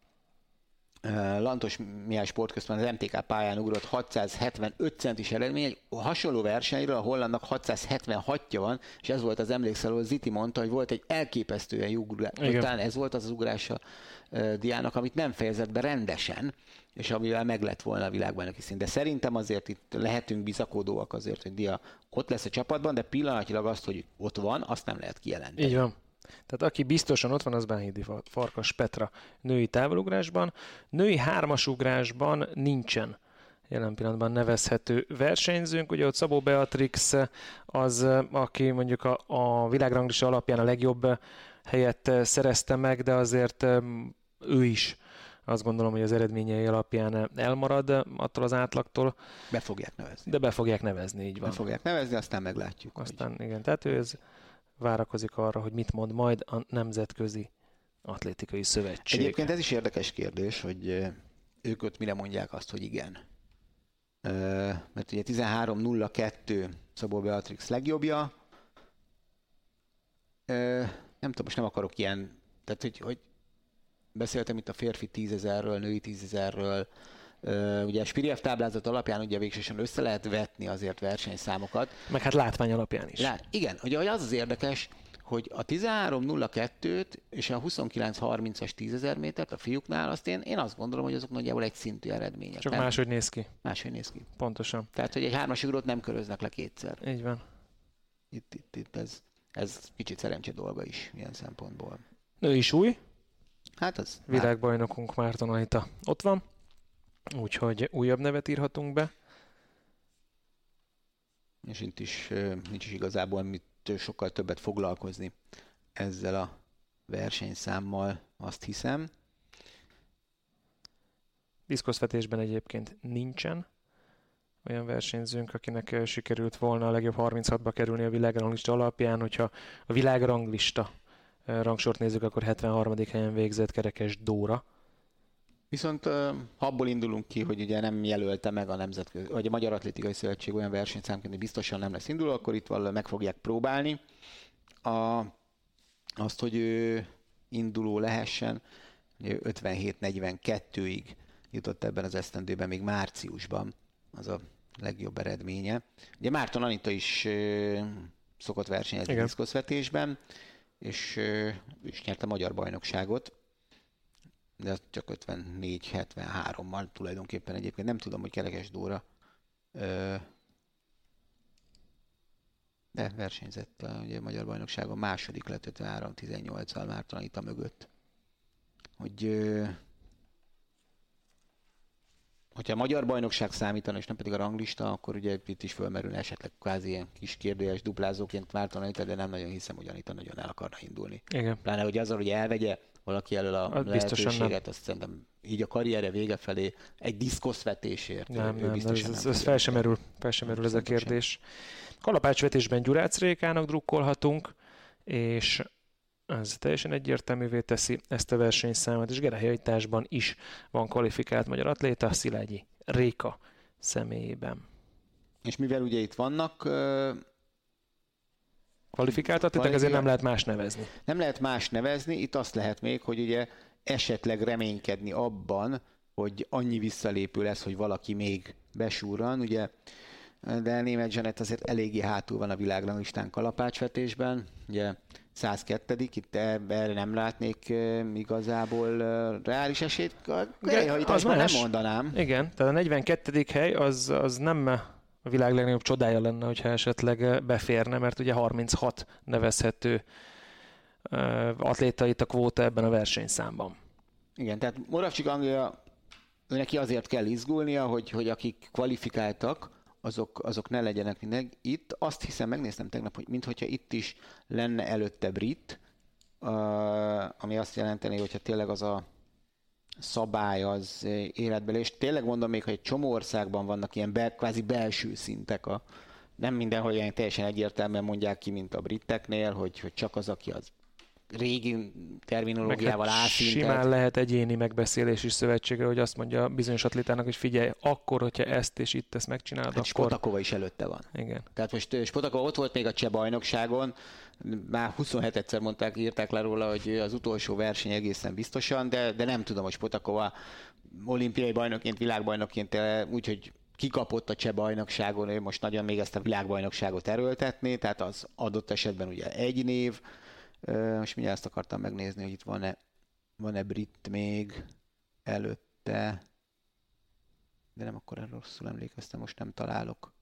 Lantos Mihály Sportközpont az em té ká pályán ugrott hatszázhetvenöt centis eredmény, egy hasonló versenyről a hollandnak hatszázhetvenhatja van, és ez volt az emlékszel, hogy Ziti mondta, hogy volt egy elképesztően jó ugrás. Talán ez volt az az ugrása uh, Diának, amit nem fejezett be rendesen, és amivel meg lett volna a világbajnoki szint. De szerintem azért itt lehetünk bizakodóak azért, hogy Dia ott lesz a csapatban, de pillanatilag azt, hogy ott van, azt nem lehet kijelenteni. Így van. Tehát aki biztosan ott van, az Bánhidi Farkas Petra női távolugrásban. Női hármasugrásban nincsen jelen pillanatban nevezhető versenyzőnk. Ugye ott Szabó Beatrix az, aki mondjuk a, a világranglista alapján a legjobb helyet szerezte meg, de azért ő is azt gondolom, hogy az eredményei alapján elmarad attól az átlagtól. Be fogják nevezni. De be fogják nevezni, így van. Be fogják nevezni, aztán meglátjuk. Aztán hogy... igen, tehát ő ez várakozik arra, hogy mit mond majd a Nemzetközi Atlétikai Szövetség. Egyébként ez is érdekes kérdés, hogy ők ott mire mondják azt, hogy igen. Mert ugye tizenhárom nulla kettő Szabó Beatrix legjobbja. Nem tudom, most nem akarok ilyen, tehát hogy, hogy beszéltem itt a férfi tízezerről, női tízezerről, Uh, ugye a Spiriev táblázat alapján ugye végsősorban össze lehet vetni azért versenyszámokat. Meg hát látvány alapján is. Lát, igen, ugye az az érdekes, hogy a tizenhárom nulla kettőt és a huszonkilenc harmincas tízezer métert a fiúknál, azt én, én azt gondolom, hogy azok nagyjából egy szintű eredmények. Csak nem? máshogy néz ki. Máshogy néz ki. Pontosan. Tehát, hogy egy hármas ugrót nem köröznek le kétszer. Így van. Itt, itt, itt ez, ez kicsit szerencse dolga is ilyen szempontból. Nő is új. Hát az. Világbajnokunk Márton Anita ott van. Úgyhogy újabb nevet írhatunk be. és itt is nincs is igazából mit sokkal többet foglalkozni ezzel a versenyszámmal, azt hiszem. Diszkoszvetésben egyébként nincsen olyan versenyzőnk, akinek sikerült volna a legjobb harminchatba kerülni a világranglista alapján. Hogyha a világranglista rangsort nézzük, akkor hetvenharmadik helyen végzett Kerekes Dóra. Viszont ha abból indulunk ki, hogy ugye nem jelölte meg a nemzetközi, vagy a Magyar Atlétikai Szövetség olyan versenyszámként, hogy biztosan nem lesz induló, akkor itt valami meg fogják próbálni a, azt, hogy ő induló lehessen. ötvenhét negyvenkettőig jutott ebben az esztendőben, még márciusban az a legjobb eredménye. Ugye Márton Anita is szokott versenyezni diszkoszvetésben, és ő is nyerte a magyar bajnokságot, de csak ötvennégy hetvenhárommal tulajdonképpen egyébként. Nem tudom, hogy Kerekes Dóra de versenyzett ugye a magyar bajnokságon, második lett ötvenhárom tizennyolccal Márton Anita mögött. Hogy hogyha a magyar bajnokság számítana, és nem pedig a ranglista, akkor ugye itt is fölmerülne esetleg kvázi ilyen kis kérdőjes duplázóként Márton Anita, de nem nagyon hiszem, hogy Anita nagyon el akarna indulni. Igen. Pláne, hogy azzal, hogy elvegye valaki elől a az lehetőséget, azt szerintem így a karrierje vége felé egy diszkoszvetésért. Nem, ő nem, ez, ez, ez fel sem merül, fel sem merül ez a kérdés. Kalapácsvetésben Gyurácz Rékának drukkolhatunk, és ez teljesen egyértelművé teszi ezt a versenyszámot, és gerelyhajtásban is van kvalifikált magyar atléta, Szilágyi Réka személyében. És mivel ugye itt vannak kvalifikált atléták, ezért nem lehet más nevezni. Nem lehet más nevezni, itt azt lehet még, hogy ugye esetleg reménykedni abban, hogy annyi visszalépő lesz, hogy valaki még besúrran, ugye, de Németh Zsanett azért eléggé hátul van a világranglistán kalapácsvetésben, ugye száz kettő itt erre nem látnék igazából reális esélyt, gerelyhajtásban nem mondanám. Igen, tehát a negyvenkettedik hely az, az nem a világ legnagyobb csodája lenne, hogyha esetleg beférne, mert ugye harminchat nevezhető atléta itt a kvóta ebben a versenyszámban. Igen, tehát Moravcsik Anglia, ő neki azért kell izgulnia, hogy, hogy akik kvalifikáltak, azok, azok ne legyenek mindenki itt. Azt hiszem, megnéztem tegnap, hogy minthogyha itt is lenne előtte brit, ami azt jelenteni, hogyha tényleg az a szabály az életben, és tényleg mondom még, hogy egy csomó országban vannak ilyen be, kvázi belső szintek, a, nem mindenhol ilyen teljesen egyértelműen mondják ki, mint a briteknél, hogy, hogy csak az, aki az régi terminológiával hát ászintet. Simán lehet egyéni megbeszélési szövetsége, hogy azt mondja bizonyos atlétának, hogy figyelj, akkor, hogyha ezt és itt ezt megcsinálod, hát akkor... Spotakova is előtte van. Igen. Tehát most Spotakova ott volt még a cseh bajnokságon, már huszonhét egyszer mondták, írták le róla, hogy az utolsó verseny egészen biztosan, de, de nem tudom, hogy Spotakova olimpiai bajnokként, világbajnokként, úgyhogy kikapott a cseh bajnokságon, ő most nagyon még ezt a világbajnokságot erőltetné, tehát az adott esetben ugye egy név. Most mindjárt azt akartam megnézni, hogy itt van-e, van-e brit még előtte, de nem, akkor rosszul emlékeztem, most nem találok.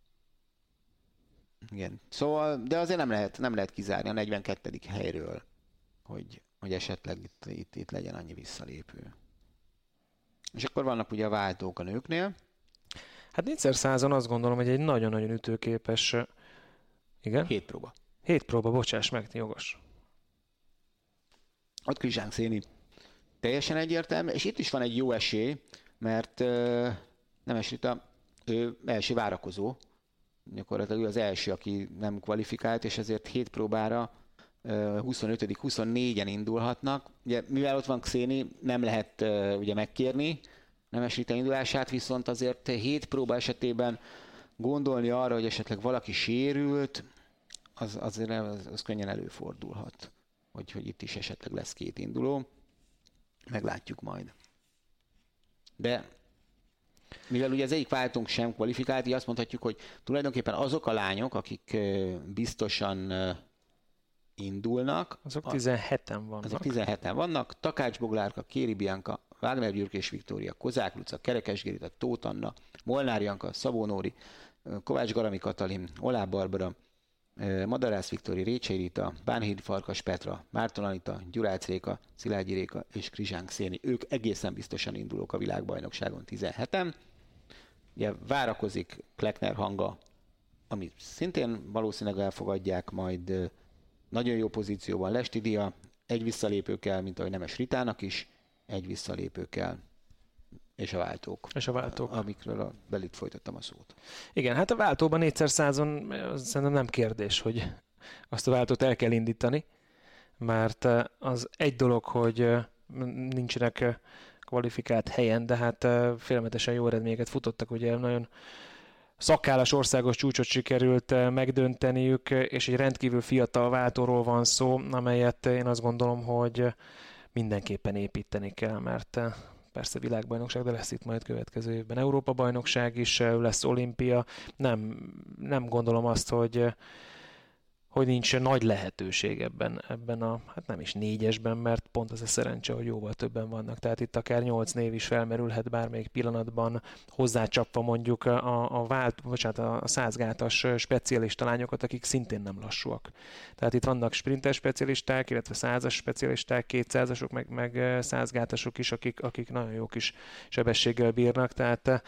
Igen, szóval, de azért nem lehet, nem lehet kizárni a negyvenkettedik helyről, hogy, hogy esetleg itt, itt, itt legyen annyi visszalépő. És akkor vannak ugye a váltók a nőknél. Hát négyszer százon azt gondolom, hogy egy nagyon-nagyon ütőképes... Igen? Hét próba. Hét próba, bocsáss meg, jogos. Ott Krizsánk Széni teljesen egyértelmű, és itt is van egy jó esély, mert uh, Nemes Rita, ő első várakozó, gyakorlatilag ő az első, aki nem kvalifikált, és ezért hét próbára uh, huszonötödik huszonnégyen indulhatnak. Ugye, mivel ott van Xéni, nem lehet uh, ugye megkérni Nemes Rita indulását, viszont azért hét próba esetében gondolni arra, hogy esetleg valaki sérült, az, azért az, az könnyen előfordulhat, hogy, hogy itt is esetleg lesz két induló. Meglátjuk majd. De mivel ugye az egyik váltunk sem kvalifikált, így azt mondhatjuk, hogy tulajdonképpen azok a lányok, akik biztosan indulnak. Azok tizenheten vannak. Azok tizenheten vannak. Takács Boglárka, Kéri Bianca, Wagner György és Viktória, Kozák Luca, Kerekes Gerita, Tóth Anna, Molnár Janka, Szabó Nóri, Kovács Garami Katalin, Oláh Barbara, Madarász Viktória, Récsei Rita, Bánhidi Farkas Petra, Márton Anita, Gyurácz Réka, Szilágyi Réka és Krizsánk Széni. Ők egészen biztosan indulók a világbajnokságon tizenheten. Ugye várakozik Kleckner Hanga amit szintén valószínűleg elfogadják majd nagyon jó pozícióban Lestidia, egy visszalépő kell, mint ahogy Nemes Ritának is, egy visszalépő kell, és a váltók. És a váltók. Amikről a belit folytattam a szót. Igen, hát a váltóban négyszer százon szerintem nem kérdés, hogy azt a váltót el kell indítani, mert az egy dolog, hogy nincsenek kvalifikált helyen, de hát félelmetesen jó eredményeket futottak, ugye nagyon szakállas országos csúcsot sikerült megdönteniük, és egy rendkívül fiatal váltóról van szó, amelyet én azt gondolom, hogy mindenképpen építeni kell, mert persze világbajnokság, de lesz itt majd következő évben Európa-bajnokság is, lesz olimpia. Nem, nem gondolom azt, hogy hogy nincs nagy lehetőség ebben, ebben a, hát nem is négyesben, mert pont az a szerencse, hogy jóval többen vannak. Tehát itt akár nyolc név is felmerülhet bármelyik pillanatban, hozzácsapva mondjuk a, a vált, bocsánat, a százgátas specialista lányokat, akik szintén nem lassúak. Tehát itt vannak sprinter specialisták, illetve százas specialisták, kétszázasok, meg, meg százgátasok is, akik, akik nagyon jó kis sebességgel bírnak. Tehát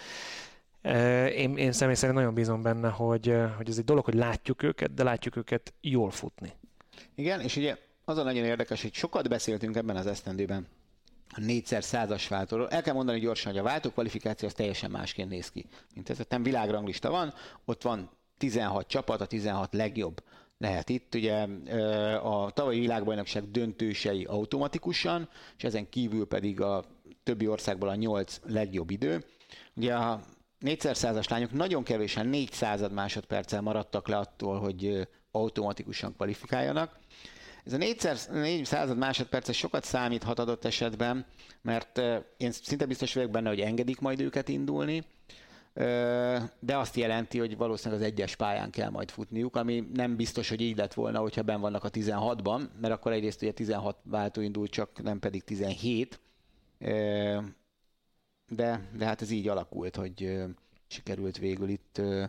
Én, én személy szerint nagyon bízom benne, hogy, hogy ez egy dolog, hogy látjuk őket, de látjuk őket jól futni. Igen, és ugye az a nagyon érdekes, hogy sokat beszéltünk ebben az esztendőben a négyszer százas váltóról. El kell mondani gyorsan, hogy a váltó kvalifikáció az teljesen másként néz ki. Mint ez a világranglista van, ott van tizenhat csapat, a tizenhat legjobb lehet itt. Ugye a tavalyi világbajnokság döntősei automatikusan, és ezen kívül pedig a többi országból a nyolc legjobb idő. Ugye a négyszer százas lányok nagyon kevésen négy század másodperccel maradtak le attól, hogy automatikusan kvalifikáljanak. Ez a négy század másodperc sokat számíthat adott esetben, mert én szinte biztos vagyok benne, hogy engedik majd őket indulni, de azt jelenti, hogy valószínűleg az egyes pályán kell majd futniuk, ami nem biztos, hogy így lett volna, hogyha benn vannak a tizenhatban, mert akkor egyrészt ugye tizenhat váltó indul, csak nem pedig tizenhét. De, de hát ez így alakult, hogy uh, sikerült végül itt uh,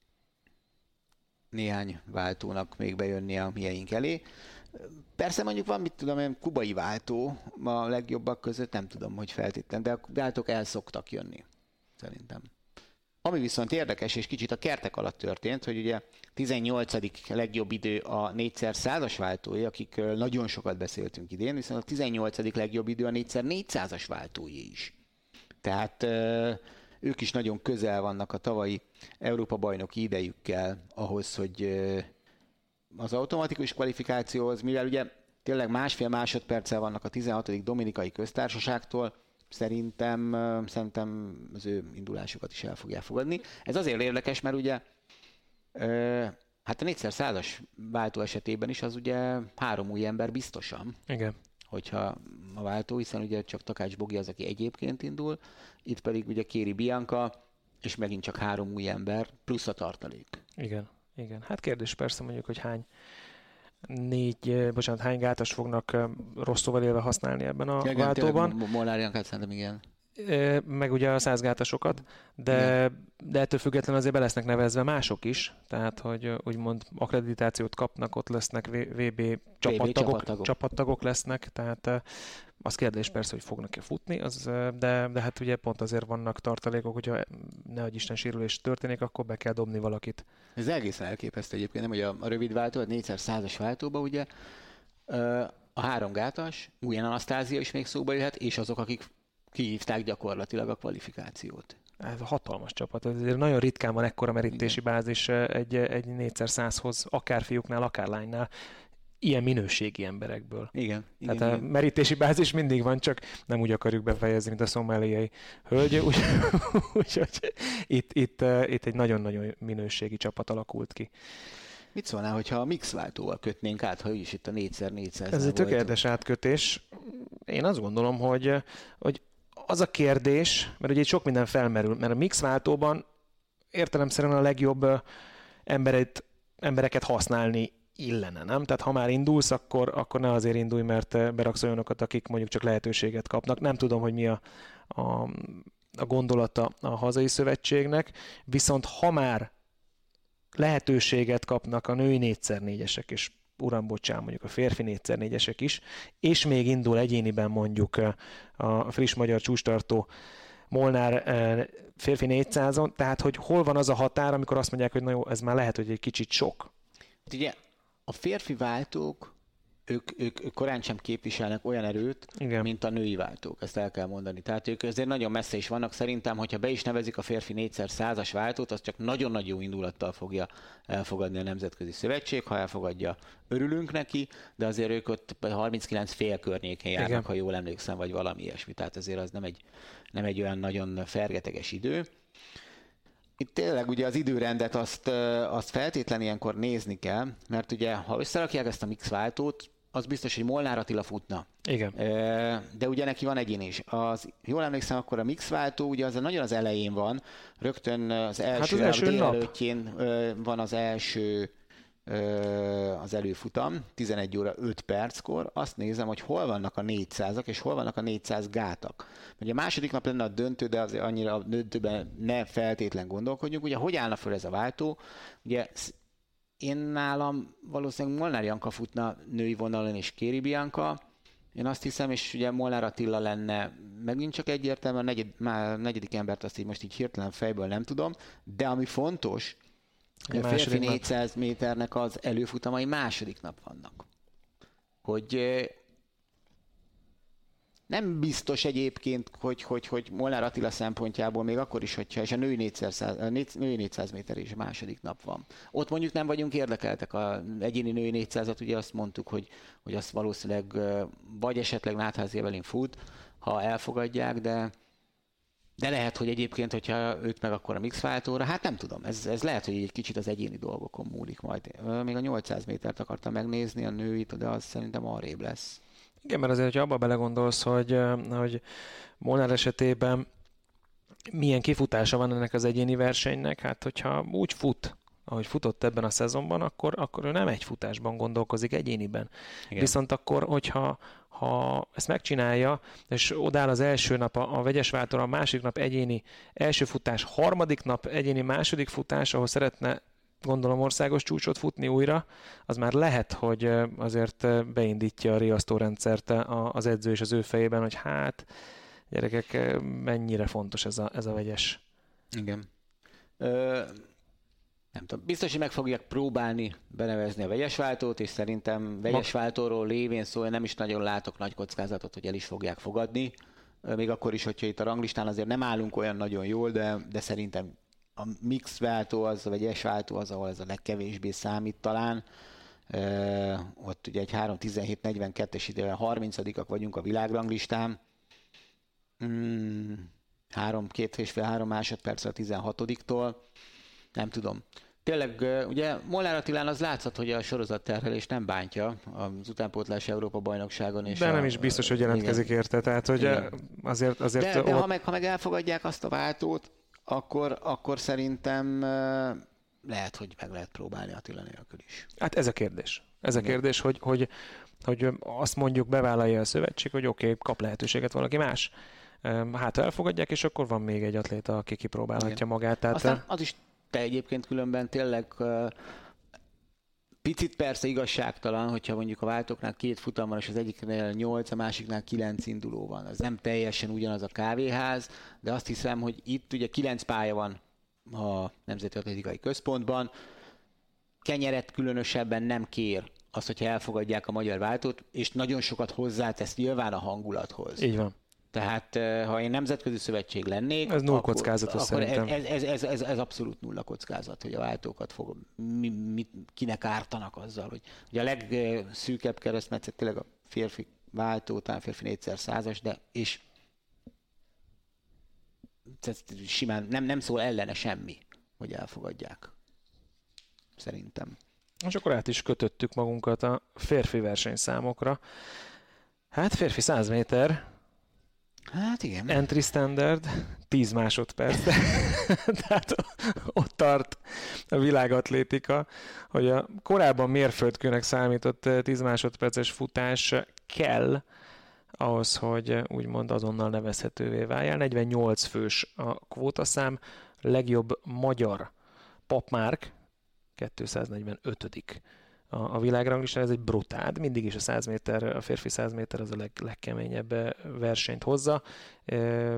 néhány váltónak még bejönnie a mieink elé. Persze mondjuk van, mit tudom én, kubai váltó a legjobbak között, nem tudom, hogy feltétlenül, de a váltók el szoktak jönni, szerintem. Ami viszont érdekes, és kicsit a kertek alatt történt, hogy ugye tizennyolcadik legjobb idő a négyszer százas váltói, akikről nagyon sokat beszéltünk idén, viszont a tizennyolcadik legjobb idő a négyszer négyszázas váltói is. Tehát ők is nagyon közel vannak a tavalyi Európa-bajnoki idejükkel ahhoz, hogy az automatikus kvalifikációhoz, mivel ugye tényleg másfél másodperccel vannak a tizenhatodik Dominikai Köztársaságtól, szerintem, szerintem az ő indulásukat is el fogják fogadni. Ez azért érdekes, mert ugye hát a négyszer százas váltó esetében is az ugye három új ember biztosan. Igen. Hogyha a váltó, hiszen ugye csak Takács Bogi az, aki egyébként indul, itt pedig ugye Kéri Bianca, és megint csak három új ember, plusz a tartalék. Igen, igen. Hát kérdés persze mondjuk, hogy hány négy, bocsánat, hány gátas fognak rossz szóval élve használni ebben a igen, váltóban. Molnár Jankát szerintem igen. Meg ugye a százgátasokat, de, de ettől függetlenül azért be lesznek nevezve mások is, tehát hogy úgymond akkreditációt kapnak, ott lesznek vé bé csapattagok, csapattagok. csapattagok lesznek, tehát az kérdés persze, hogy fognak-e futni, az, de, de hát ugye pont azért vannak tartalékok, hogyha nehogy Isten sérülés történik, akkor be kell dobni valakit. Ez egészen elképesztő egyébként, nem, hogy a, a rövid váltó, a négyszer százas váltóba ugye a három gátas, Nguyen Anasztázia is még szóba jöhet, és azok, akik kihívták gyakorlatilag a kvalifikációt. Ez a hatalmas csapat. Ezért nagyon ritkán van ekkora merítési igen. bázis egy, egy négyszer százhoz, akár fiúknál, akár lánynál, ilyen minőségi emberekből. Igen. Tehát igen, a igen. merítési bázis mindig van, csak nem úgy akarjuk befejezni, mint a szomáliai hölgy. Úgyhogy úgy, itt, itt, itt egy nagyon-nagyon minőségi csapat alakult ki. Mit szólnál, hogyha a mixváltóval kötnénk át, ha is itt a négyszer négyszáz Ez egy tökéletes átkötés. Én azt gondolom, hogy, hogy az a kérdés, mert ugye itt sok minden felmerül, mert a mixváltóban értelemszerűen a legjobb emberet, embereket használni illene, nem? Tehát ha már indulsz, akkor, akkor ne azért indulj, mert beraksz olyanokat, akik mondjuk csak lehetőséget kapnak. Nem tudom, hogy mi a, a, a gondolata a hazai szövetségnek, viszont ha már lehetőséget kapnak a női négyszer négyesek, és uram, bocsán, mondjuk a férfi négyszer négyesek is, és még indul egyéniben mondjuk a friss magyar csúcstartó Molnár férfi négyszázon, tehát hogy hol van az a határ, amikor azt mondják, hogy na jó, ez már lehet, hogy egy kicsit sok. Ugye a férfi váltók, ők, ők, ők korán sem képviselnek olyan erőt, igen, mint a női váltók, ezt el kell mondani. Tehát ők azért nagyon messze is vannak. Szerintem, hogyha be is nevezik a férfi négyszer százas váltót, az csak nagyon-nagyon jó indulattal fogja elfogadni a Nemzetközi Szövetség. Ha elfogadja, örülünk neki, de azért ők ott harminckilenc fél környékén járnak, igen, ha jól emlékszem, vagy valami ilyesmi. Tehát azért az nem egy, nem egy olyan nagyon fergeteges idő. Itt tényleg ugye az időrendet azt, azt feltétlenül ilyenkor nézni kell, mert ugye ha összerakják ezt a mix váltót, az biztos, hogy Molnár Attila futna. Igen. De ugye neki van egyén is. Az, jól emlékszem, akkor a mix váltó, ugye az nagyon az elején van, rögtön az első, hát az első nap délelőttjén van az első az előfutam, tizenegy óra öt perckor, azt nézem, hogy hol vannak a négyszázak, és hol vannak a négyszáz gátak. Ugye a második nap lenne a döntő, de azért annyira a döntőben ne feltétlen gondolkodjunk. Ugye hogy állna föl ez a váltó? Ugye én nálam valószínűleg Molnár Janka futna női vonalon, és Kéri Bianca. Én azt hiszem, és ugye Molnár Attila lenne megint csak egyértelműen, a negyed, már negyedik embert azt így most így hirtelen fejből nem tudom, de ami fontos, a férfi négyszáz méternek az előfutamai második nap vannak. Hogy nem biztos egyébként, hogy, hogy, hogy Molnár Attila szempontjából még akkor is, hogyha és a női négyszáz méter is a második nap van. Ott mondjuk nem vagyunk érdekeltek. A egyéni női négyszázat, ugye azt mondtuk, hogy, hogy azt valószínűleg vagy esetleg Nátházi Evelyn fut, ha elfogadják, de De lehet, hogy egyébként, hogyha őt meg akkor a mixváltóra, hát nem tudom, ez, ez lehet, hogy egy kicsit az egyéni dolgokon múlik majd. Még a nyolcszáz métert akartam megnézni, a nőit, de az szerintem arrébb lesz. Igen, mert azért, hogyha abba belegondolsz, hogy, hogy Molnár esetében milyen kifutása van ennek az egyéni versenynek, hát hogyha úgy fut, ahogy futott ebben a szezonban, akkor, akkor ő nem egy futásban gondolkozik, egyéniben. Igen. Viszont akkor, hogyha ha ezt megcsinálja, és odáll az első nap a, a vegyes váltóra, a másik nap egyéni első futás, harmadik nap egyéni második futás, ahol szeretne, gondolom, országos csúcsot futni újra, az már lehet, hogy azért beindítja a riasztórendszert az edző és az ő fejében, hogy hát, gyerekek, mennyire fontos ez a, ez a vegyes. Igen. Ö... Nem tudom, biztos, hogy meg fogják próbálni benevezni a vegyesváltót, és szerintem vegyesváltóról lévén szó, én nem is nagyon látok nagy kockázatot, hogy el is fogják fogadni. Még akkor is, hogyha itt a ranglistán azért nem állunk olyan nagyon jól, de, de szerintem a mix váltó, az, a vegyesváltó az, ahol ez a legkevésbé számít talán. Ö, ott ugye egy három tizenhét negyvenkettes időben harmincadikak vagyunk a világranglistán. Hmm, három, két és fél, három másodperc a tizenhatodiktól. Nem tudom. Tényleg, ugye Molnár Attilán az látszott, hogy a sorozatterhelés nem bántja az utánpótlás Európa-bajnokságon. És de nem a, is biztos, hogy jelentkezik igen. érte. Tehát, hogy azért, azért de, de ott... ha, meg, ha meg elfogadják azt a váltót, akkor, akkor szerintem lehet, hogy meg lehet próbálni Attila nélkül is. Hát ez a kérdés. Ez a igen. kérdés, hogy, hogy, hogy azt mondjuk bevállalja a szövetség, hogy oké, okay, kap lehetőséget valaki más. Hát elfogadják, és akkor van még egy atléta, aki kipróbálhatja igen. magát. Tehát aztán az is te egyébként különben tényleg uh, picit persze igazságtalan, hogyha mondjuk a váltóknál két futam van, és az egyiknél nyolc, a másiknál kilenc induló van. Ez nem teljesen ugyanaz a kávéház, de azt hiszem, hogy itt ugye kilenc pálya van a Nemzeti Atlétikai Központban. Kenyeret különösebben nem kér azt, hogyha elfogadják a magyar váltót, és nagyon sokat hozzátesz nyilván a hangulathoz. Így van. Tehát ha én nemzetközi szövetség lennék, ez nulla kockázatos szerintem. Ez, ez, ez, ez, ez abszolút nulla kockázat, hogy a váltókat fog, mi, mi, kinek ártanak azzal, hogy, hogy a legszűkebb keresztmetszet tényleg a férfi váltó, talán férfi négyszer százas, de és simán nem, nem szól ellene semmi, hogy elfogadják. Szerintem. És akkor át is kötöttük magunkat a férfi versenyszámokra. Hát férfi száz méter. Hát igen. Entry standard, tíz másodperc. Tehát ott tart a világatlétika, hogy a korábban mérföldkőnek számított tíz másodperces futás kell ahhoz, hogy úgymond azonnal nevezhetővé váljál. negyvennyolc fős a kvótaszám, legjobb magyar papmárk, kétszáznegyvenötödik a, a világranglistán, ez egy brutál. Mindig is a száz méter, a férfi száz méter az a leg, legkeményebb versenyt hozza.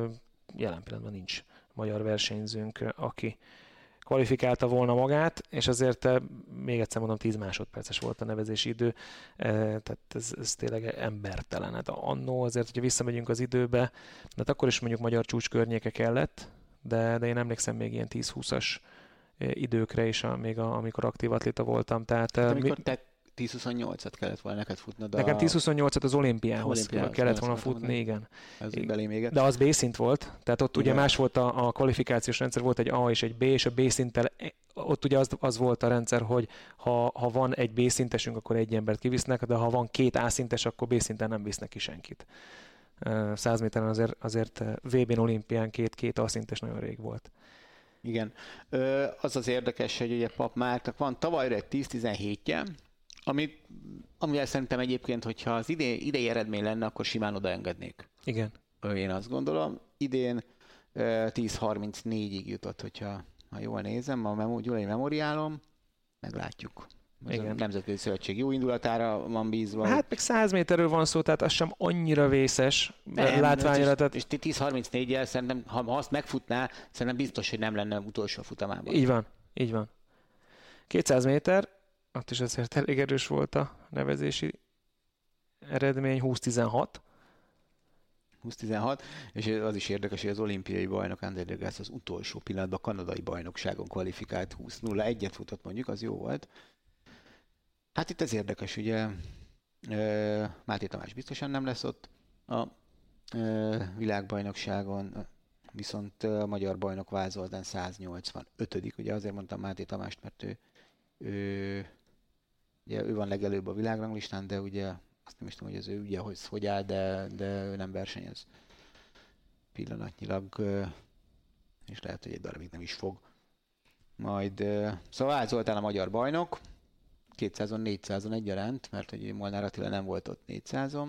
jelen pillanatban nincs magyar versenyzőnk, aki kvalifikálta volna magát, és azért még egyszer mondom, tíz másodperces volt a nevezési idő, tehát ez, ez tényleg embertelen. Hát annó azért, hogyha visszamegyünk az időbe, de akkor is mondjuk magyar csúcs környéke kellett, de, de én emlékszem még ilyen tíz-húszas időkre is, még a, amikor aktív atléta voltam. Tehát, hát amikor mi... te tíz huszonnyolcat kellett volna neked futnod. A... Nekem tíz huszonnyolcat az olimpiához, olimpiához kellett volna futni, mondani. Igen. De az B-szint volt, tehát ott igen. Ugye más volt a, a kvalifikációs rendszer, volt egy A és egy B, és a B-szinttel ott ugye az, az volt a rendszer, hogy ha, ha van egy B-szintesünk, akkor egy embert kivisznek, de ha van két A-szintes, akkor B-szinten nem visznek ki senkit. száz méteren azért, azért vé bén olimpián két, két A-szintes nagyon rég volt. Igen. Ö, az az érdekes, hogy ugye Papp Márknak van tavalyra egy tíz-tizenhétje, Ami, amivel szerintem egyébként, hogyha az ide, idei eredmény lenne, akkor simán odaengednék. Igen. Én azt gondolom. Idén tíz harmincnégyig jutott, hogyha ha jól nézem, a memo, gyulai memoriálom, meglátjuk. Igen. A Nemzetközi Szövetség jó indulatára van bízva. Hát meg száz méterről van szó, tehát az sem annyira vészes látványra. Tehát... És tíz harmincnégyel szerintem, ha azt megfutná, szerintem biztos, hogy nem lenne utolsó futamában. Így van, így van. kétszáz méter, ott is azért elég erős volt a nevezési eredmény, húsz tizenhat. húsz tizenhat, és az is érdekes, hogy az olimpiai bajnok André de Grasse az utolsó pillanatban a kanadai bajnokságon kvalifikált húsz nulla egyet futott mondjuk, az jó volt. Hát itt ez érdekes, ugye Máté Tamás biztosan nem lesz ott a világbajnokságon, viszont a magyar bajnok Vázoltán száz nyolcvanötödik Ugye azért mondtam Máté Tamást, mert ő, ő, ugye, ő van legelőbb a világranglistán, de ugye azt nem is tudom, hogy az ő ügye hogy, hogy áll, de, de ő nem versenyez pillanatnyilag, és lehet, hogy egy darabig nem is fog. Majd, szóval Vázoltán a magyar bajnok, kétszázon, négyszázon egyaránt, mert hogy Molnár Attila nem volt ott négyszázon,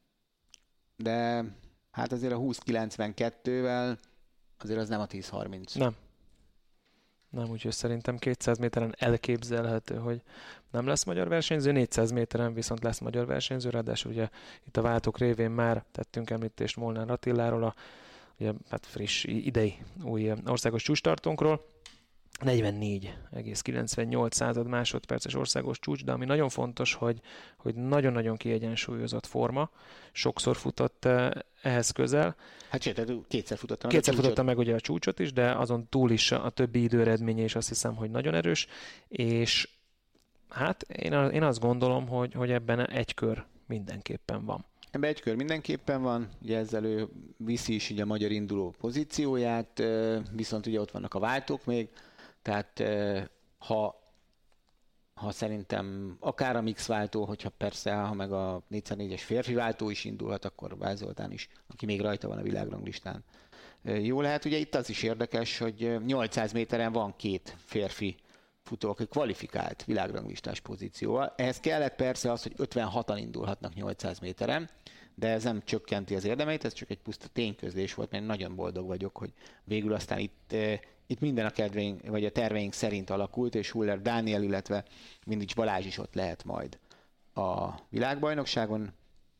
de hát azért a húsz kilencvenkettővel azért az nem a tíz harminc. Nem. Nem, úgyhogy szerintem kétszáz méteren elképzelhető, hogy nem lesz magyar versenyző, négyszáz méteren viszont lesz magyar versenyző, ráadásul ugye itt a váltók révén már tettünk említést Molnár Attiláról, a ugye, hát friss, idei új országos csúcstartónkról. negyvennégy egész kilencvennyolc század másodperces országos csúcs, de ami nagyon fontos, hogy, hogy nagyon-nagyon kiegyensúlyozott forma, sokszor futott ehhez közel. Hát sőt, kétszer futotta meg Kétszer futotta meg ugye a csúcsot is, de azon túl is a többi időeredménye is azt hiszem, hogy nagyon erős, és hát én, én azt gondolom, hogy, hogy ebben egy kör mindenképpen van. Ebben egy kör mindenképpen van, ugye ezzel ő viszi is ugye a magyar induló pozícióját, viszont ugye ott vannak a váltók még, tehát ha, ha szerintem akár a mix váltó, hogyha persze, ha meg a négyszáz négyes férfi váltó is indulhat, akkor Vázoltán is, aki még rajta van a világranglistán. Jó lehet, ugye itt az is érdekes, hogy nyolcszáz méteren van két férfi futó, aki kvalifikált világranglistás pozícióval. Ehhez kellett persze az, hogy ötvenhatan indulhatnak nyolcszáz méteren, de ez nem csökkenti az érdemeit, ez csak egy puszta tényközlés volt, mert nagyon boldog vagyok, hogy végül aztán itt Itt minden a kedveink, vagy a terveink szerint alakult, és Huller Dániel, illetve Mindics Balázs is ott lehet majd a világbajnokságon.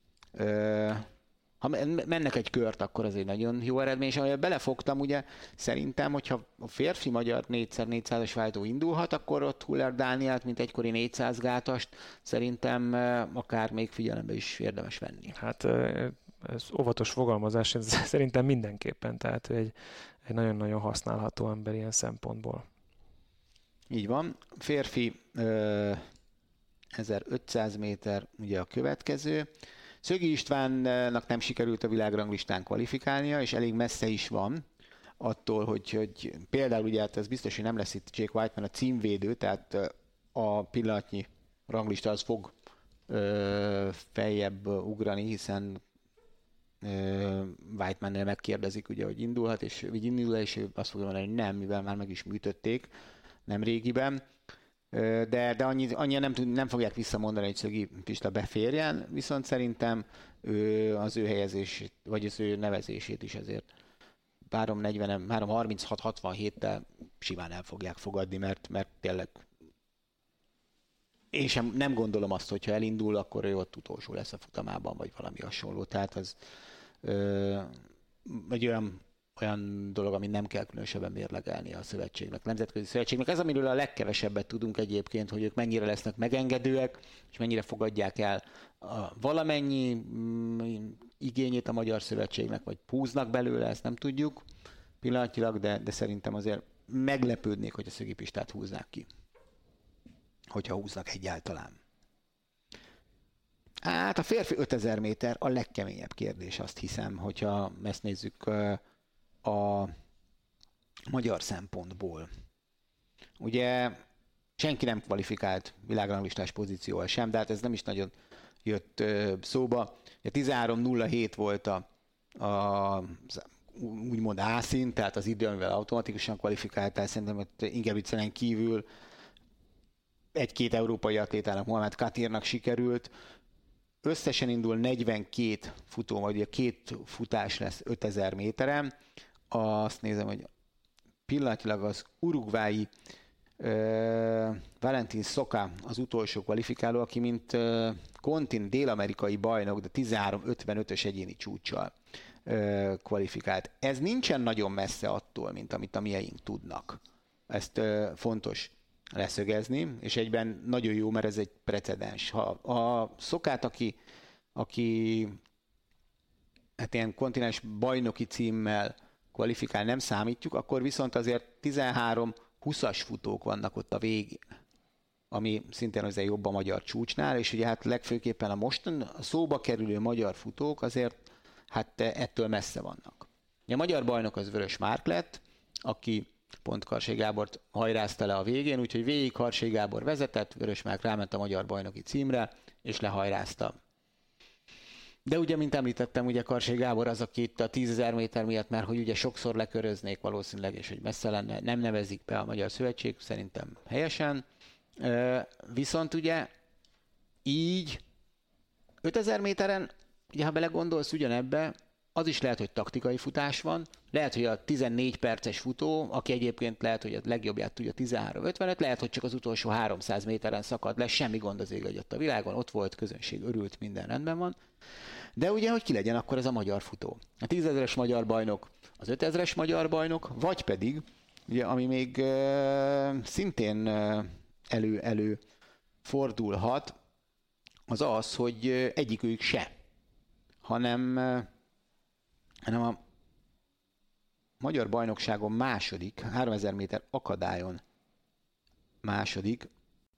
Ha mennek egy kört, akkor az egy nagyon jó eredmény, és ahogy belefogtam, ugye szerintem, hogyha a férfi magyar négyszer négyszázas váltó indulhat, akkor ott Huller Dánielt, mint egykori négyszáz gátast, szerintem akár még figyelembe is érdemes venni. Hát ez óvatos fogalmazás, ez szerintem mindenképpen, tehát egy egy nagyon-nagyon használható ember ilyen szempontból. Így van. Férfi ö, ezerötszáz méter ugye a következő. Szögi Istvánnak nem sikerült a világranglistán kvalifikálnia, és elég messze is van attól, hogy, hogy például ugye hát ez biztos, hogy nem lesz itt Jake Whiteman a címvédő, tehát a pillanatnyi ranglista az fog ö, feljebb ugrani, hiszen Whiteman-nél megkérdezik, ugye, hogy indulhat, és hogy indul, és ő azt fogja mondani, hogy nem, mivel már meg is műtötték nem régiben. De, de annyi, annyi nem, tud, nem fogják visszamondani, hogy Szögi Pista beférjen, viszont szerintem ő, az ő helyezését, vagy az ő nevezését is azért három negyven, három harminchat hatvanhéttel simán el fogják fogadni, mert, mert tényleg én sem nem gondolom azt, hogyha elindul, akkor ő ott utolsó lesz a futamában, vagy valami hasonló. Tehát az ö, egy olyan olyan dolog, ami nem kell különösebben mérlegelni a szövetségnek, nemzetközi szövetségnek. Ez, amiről a legkevesebbet tudunk egyébként, hogy ők mennyire lesznek megengedőek, és mennyire fogadják el a valamennyi mm, igényét a Magyar Szövetségnek, vagy húznak belőle, ezt nem tudjuk pillanatilag, de, de szerintem azért meglepődnék, hogy a Szögi Pistát húznák ki. Hogyha húznak egyáltalán. Hát a férfi ötezer méter a legkeményebb kérdés, azt hiszem, hogyha ezt nézzük a magyar szempontból. Ugye senki nem kvalifikált világranglistás pozícióval sem, de hát ez nem is nagyon jött szóba. tizenhárom nulla hét volt a, a úgymond A-szint, tehát az idő, amivel automatikusan kvalifikáltál, szerintem ott Ingebrigtsenen kívül egy-két európai atlétának, Mohamed Katirnak sikerült. Összesen indul negyvenkét futó, vagy ugye két futás lesz ötezer méteren. Azt nézem, hogy pillanatilag az uruguayi uh, Valentin Soca az utolsó kvalifikáló, aki mint uh, kontin dél-amerikai bajnok, de tizenhárom ötvenötös egyéni csúccsal uh, kvalifikált. Ez nincsen nagyon messze attól, mint amit a mieink tudnak. Ezt uh, fontos leszögezni, és egyben nagyon jó, mert ez egy precedens. Ha a Szokát, aki, aki hát ilyen kontinens bajnoki címmel kvalifikál, nem számítjuk, akkor viszont azért tizenhárom húszas futók vannak ott a végén, ami szintén azért jobb a magyar csúcsnál, és ugye hát legfőképpen a mostan a szóba kerülő magyar futók azért hát ettől messze vannak. A magyar bajnok az Vörös Márk lett, aki pont Karsai Gábort hajrázta le a végén, úgyhogy végig Karsai Gábor vezetett, Vörös Márk ráment a magyar bajnoki címre, és lehajrázta. De ugye, mint említettem, ugye Karsai Gábor az, aki itt a tízezer méter miatt, mert hogy ugye sokszor leköröznék valószínűleg, és hogy messze lenne, nem nevezik be a Magyar Szövetség, szerintem helyesen. Viszont ugye így ötezer méteren, ugye ha belegondolsz ugyanebbe, az is lehet, hogy taktikai futás van, lehet, hogy a tizennégy perces futó, aki egyébként lehet, hogy a legjobbját tudja tizenhárom ötvenöt, lehet, hogy csak az utolsó háromszáz méteren szakad le, semmi gond az ég egyet a világon, ott volt, közönség örült, minden rendben van. De ugye, hogy ki legyen akkor ez a magyar futó? A tízezeres magyar bajnok, az ötezres magyar bajnok, vagy pedig, ugye, ami még uh, szintén uh, elő-elő fordulhat, az az, hogy uh, egyikőjük se, hanem, uh, hanem a magyar bajnokságon második, háromezer méter akadályon második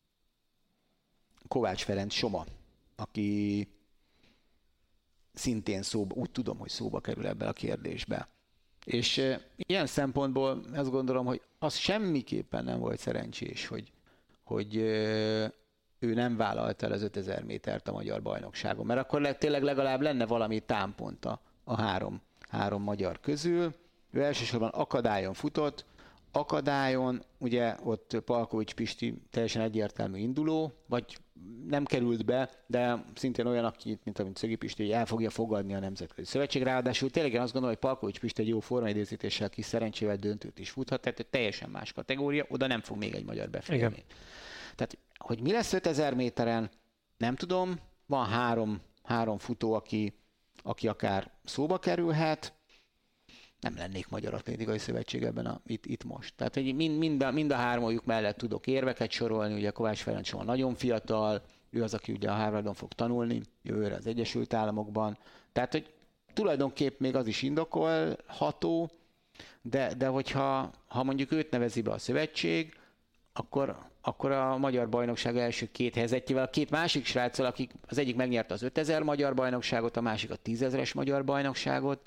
Kovács Ferenc Soma, aki szintén szóba, úgy tudom, hogy szóba kerül ebbe a kérdésbe. És e, ilyen szempontból azt gondolom, hogy az semmiképpen nem volt szerencsés, hogy, hogy e, ő nem vállalta el az ötezer métert a magyar bajnokságon, mert akkor le, tényleg legalább lenne valami támpont a, a három, három magyar közül. Ő elsősorban akadályon futott, akadályon, ugye ott Palkovics Pisti teljesen egyértelmű induló, vagy nem került be, de szintén olyan, aki, mint amint Szögi Pisti, hogy el fogja fogadni a Nemzetközi Szövetség. Ráadásul tényleg azt gondolom, hogy Palkovics Pisti egy jó formaidőzítéssel, kis szerencsével döntőt is futhat, tehát teljesen más kategória, oda nem fog még egy magyar beférni. Tehát, hogy mi lesz ötezer méteren, nem tudom, van három, három futó, aki, aki akár szóba kerülhet, nem lennék Magyar Atlétikai Szövetség ebben a, itt, itt most. Tehát hogy mind, mind, a, mind a hármójuk mellett tudok érveket sorolni, ugye Kovács Ferenc Soma nagyon fiatal, ő az, aki ugye a Harvardon fog tanulni, jövőre az Egyesült Államokban. Tehát, hogy tulajdonképp még az is indokolható, de, de hogyha ha mondjuk őt nevezi be a szövetség, akkor, akkor a magyar bajnokság első két helyzetjével, a két másik sráccal, akik az egyik megnyerte az ötezer magyar bajnokságot, a másik a tízezres magyar bajnokságot,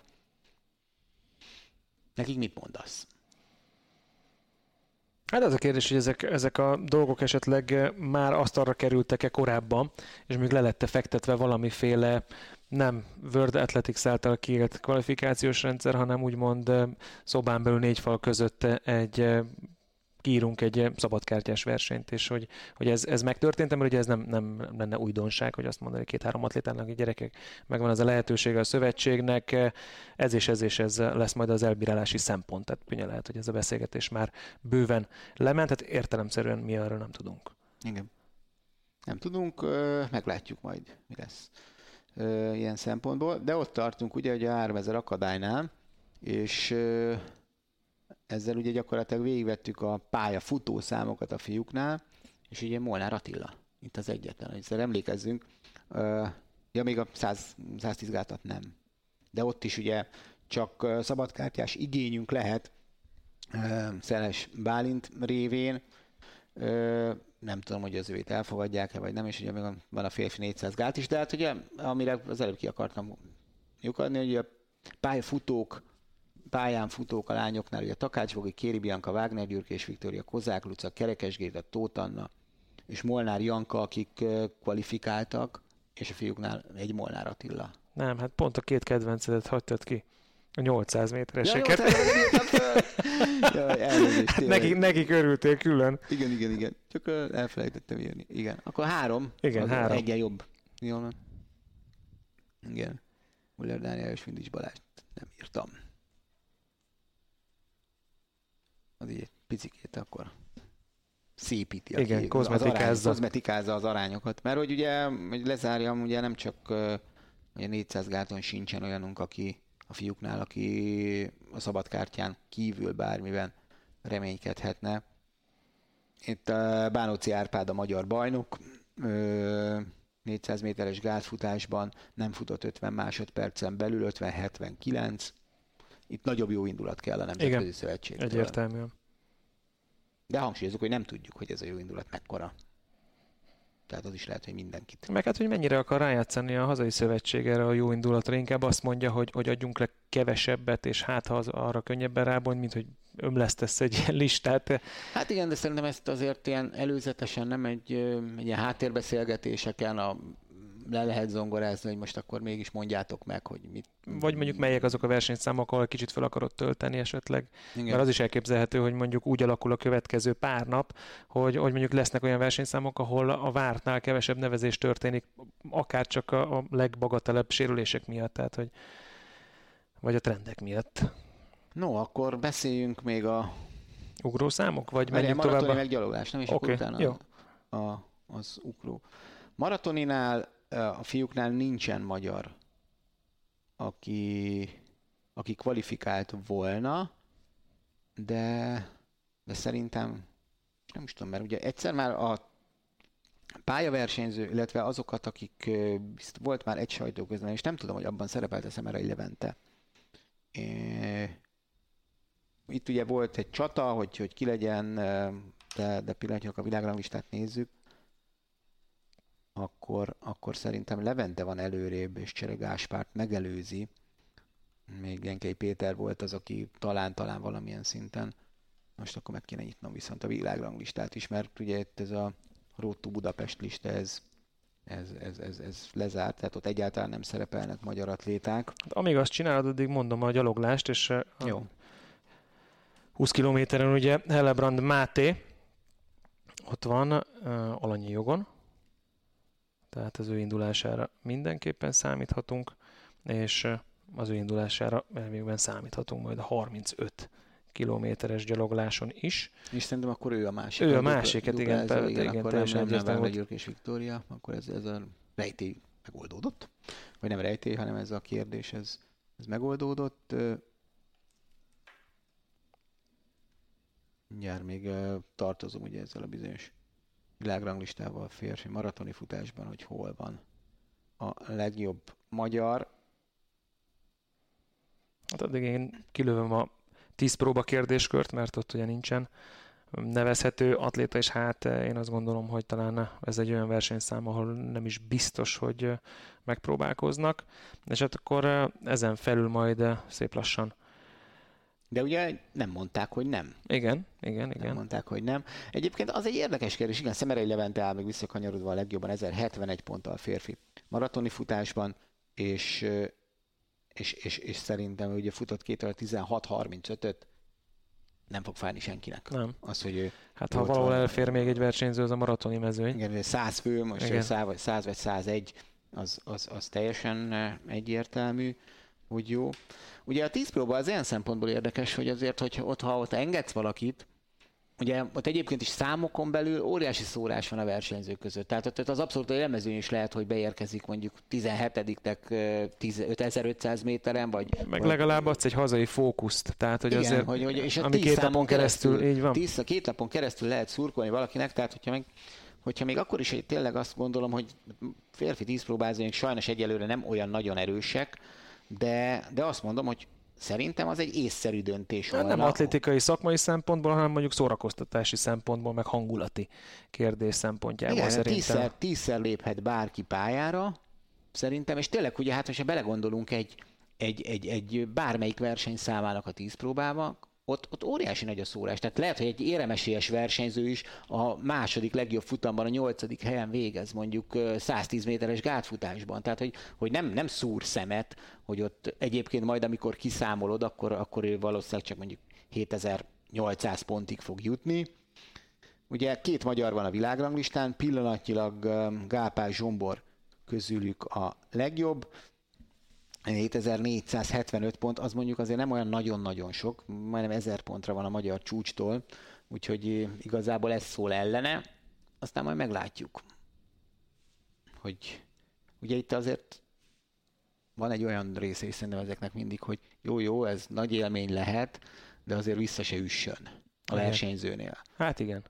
nekik mit mondasz? Hát az a kérdés, hogy ezek, ezek a dolgok esetleg már asztalra kerültek-e korábban, és még le lett fektetve valamiféle nem World Athletics által kiélt kvalifikációs rendszer, hanem úgymond szobán belül négy fal között egy kiírunk egy szabadkártyás versenyt, és hogy, hogy ez, ez megtörtént, mert ugye ez nem, nem lenne újdonság, hogy azt mondani két-három atlétának, hogy gyerekek, megvan ez a lehetősége a szövetségnek, ez és ez és ez lesz majd az elbírálási szempont. Tehát ugye lehet, hogy ez a beszélgetés már bőven lement, tehát értelemszerűen mi arról nem tudunk. Igen. Nem tudunk, meglátjuk majd, mi lesz ilyen szempontból, de ott tartunk ugye, hogy a háromezer akadálynál, és ezzel ugye gyakorlatilag végigvettük a pálya futószámokat a fiúknál, és ugye Molnár Attila, itt az egyetlen, hogy emlékezzünk, ja még a száz, száztíz gátat nem, de ott is ugye csak szabadkártyás igényünk lehet Szeles Bálint révén, nem tudom, hogy az őt elfogadják-e, vagy nem, és ugye még van a férfi négyszáz gát is, de hát ugye, amire az előbb ki akartam lyukadni, hogy a pályafutók, pályán futók a lányoknál, ugye Takács Bogi, Kéri Bianca, Wagner Gyürke és Viktória, Kozák Luca, Kerekes Géza, Tóth Anna és Molnár Janka, akik kvalifikáltak, és a fiúknál egy Molnár Attila. Nem, hát pont a két kedvencedet hagytad ki. A nyolcszáz métereseket. Ja, elnézést, hát nekik, nekik örültél külön. Igen, igen, igen. Csak elfelejtettem írni. Igen. Akkor három. Igen, három. Egyen jobb. Jól van. Igen. Muller Dániel és Vindics Balázs. Nem írtam. Az így egy picikét akkor szépíti. Igen, kozmetikázza. Az kozmetikázza az arányokat. Mert hogy ugye, hogy lezárjam, ugye nem csak ugye négyszáz gáton sincsen olyanunk, aki a fiúknál, aki a szabadkártyán kívül bármiben reménykedhetne. Itt a Bánóci Árpád a magyar bajnok, négyszáz méteres gátfutásban nem futott ötven másodpercen belül, ötven hetvenkilenc. Itt nagyobb jó indulat kell a Nemzetközi Szövetségtől. Egyértelműen. De hangsúlyozunk, hogy nem tudjuk, hogy ez a jó indulat mekkora. Tehát az is lehet, hogy mindenkit. Meg hát, hogy mennyire akar rájátszani a hazai szövetség erre a jó indulatra. Inkább azt mondja, hogy, hogy adjunk le kevesebbet, és hát ha az arra könnyebben rábont, mint hogy ömlesztesz egy ilyen listát. Hát igen, de szerintem ezt azért ilyen előzetesen nem egy, egy ilyen háttérbeszélgetéseken a, le lehet zongorázni, hogy most akkor mégis mondjátok meg, hogy mit... Vagy mondjuk melyek azok a versenyszámok, ahol kicsit fel akarod tölteni esetleg. Igen. Mert az is elképzelhető, hogy mondjuk úgy alakul a következő pár nap, hogy, hogy mondjuk lesznek olyan versenyszámok, ahol a vártnál kevesebb nevezés történik, akár csak a, a legbagatelebb sérülések miatt, tehát hogy vagy a trendek miatt. No, akkor beszéljünk még a... Ugrószámok? Vagy menjünk tovább? Maratoni meg gyaloglás, nem? És okay, akkor utána jó. A, az ugró. Maratoninál, a fiúknál nincsen magyar, aki, aki kvalifikált volna, de, de szerintem, nem is tudom, mert ugye egyszer már a pályaversenyző, illetve azokat, akik volt már egy sajtóközlemény, és nem tudom, hogy abban szerepelt a Szemerai Levente. Itt ugye volt egy csata, hogy, hogy ki legyen, de, de pillanatnyilag a világranglistát nézzük, akkor, akkor szerintem Levente van előrébb, és Csere Gáspárt megelőzi. Még Genkei Péter volt az, aki talán-talán valamilyen szinten. Most akkor meg kéne nyitnom viszont a világranglistát is, mert ugye itt ez a Road to Budapest lista, ez, ez, ez, ez, ez lezárt, tehát ott egyáltalán nem szerepelnek magyar atléták. Amíg azt csinálod, addig mondom a gyaloglást, és a jó. húsz kilométeren ugye Hellebrand Máté, ott van uh, Alanyi jogon, tehát az ő indulására mindenképpen számíthatunk, és az ő indulására elvégben számíthatunk majd a harmincöt kilométeres gyalogláson is. És szerintem akkor ő a másik. Ő a, a másiket, igen, igen, tehát igen, igen, akkor teljesen nem, nem, nem egyértelmű. György és Viktória, akkor ez, ez a rejtély megoldódott. Vagy nem rejtély, hanem ez a kérdés, ez, ez megoldódott. Mindjárt még uh, tartozom ugye ezzel a bizonyos világranglistával férfi maratoni futásban, hogy hol van a legjobb magyar. Hát addig én kilövöm a tíz próba kérdéskört, mert ott ugye nincsen nevezhető atléta, és hát én azt gondolom, hogy talán ez egy olyan versenyszám, ahol nem is biztos, hogy megpróbálkoznak, és hát akkor ezen felül majd szép lassan. De ugye nem mondták, hogy nem. Igen, igen, igen. Nem mondták, hogy nem. Egyébként az egy érdekes kérdés, igen, Szemerai Levente áll még visszakanyarodva a legjobban ezerhetvenegy ponttal férfi maratoni futásban, és, és, és, és szerintem ugye futott két óra tizenhat harmincötöt, nem fog fájni senkinek. Nem. Az, hogy ő hát ha valahol van, elfér még egy versenyző, az a maratoni mezőny. Igen, száz fő, most száz, száz vagy százegy, az, az, az teljesen egyértelmű, hogy jó. Ugye a tíz próba az ilyen szempontból érdekes, hogy azért, hogy ott, ha ott engedsz valakit, ugye ott egyébként is számokon belül óriási szórás van a versenyzők között. Tehát ott az abszolút jellemezőn is lehet, hogy beérkezik mondjuk tizenhetediknek ötezer-ötszáz méteren, vagy... Meg vagy, legalább adsz egy hazai fókuszt. Tehát, hogy igen, azért, hogy, hogy, és a ami két napon keresztül, keresztül, így van. Tíz, két napon keresztül lehet szurkolni valakinek, tehát hogyha meg hogyha még akkor is hogy tényleg azt gondolom, hogy férfi tízpróbázóink sajnos egyelőre nem olyan nagyon erősek, de, de azt mondom, hogy szerintem az egy észszerű döntés volna. Nem atlétikai szakmai szempontból, hanem mondjuk szórakoztatási szempontból, meg hangulati kérdés szempontjából. Igen, szerintem. Tízszer, tízszer léphet bárki pályára, szerintem, és tényleg ugye hát, ha belegondolunk egy, egy, egy, egy bármelyik versenyszámának a tíz próbába, Ott, ott óriási nagy a szórás. Tehát lehet, hogy egy éremesélyes versenyző is a második legjobb futamban a nyolcadik helyen végez, mondjuk száztíz méteres gátfutásban. Tehát, hogy, hogy nem, nem szúr szemet, hogy ott egyébként majd, amikor kiszámolod, akkor, akkor ő valószínűleg csak mondjuk hétezer-nyolcszáz pontig fog jutni. Ugye két magyar van a világranglistán, pillanatnyilag Gálpák Zsombor közülük a legjobb, hétezer-négyszázhetvenöt pont, az mondjuk azért nem olyan nagyon-nagyon sok, majdnem ezer pontra van a magyar csúcstól, úgyhogy igazából ez szól ellene, aztán majd meglátjuk, hogy ugye itt azért van egy olyan része is szerintem ezeknek mindig, hogy jó-jó, ez nagy élmény lehet, de azért vissza se üssön a versenyzőnél. Hát igen.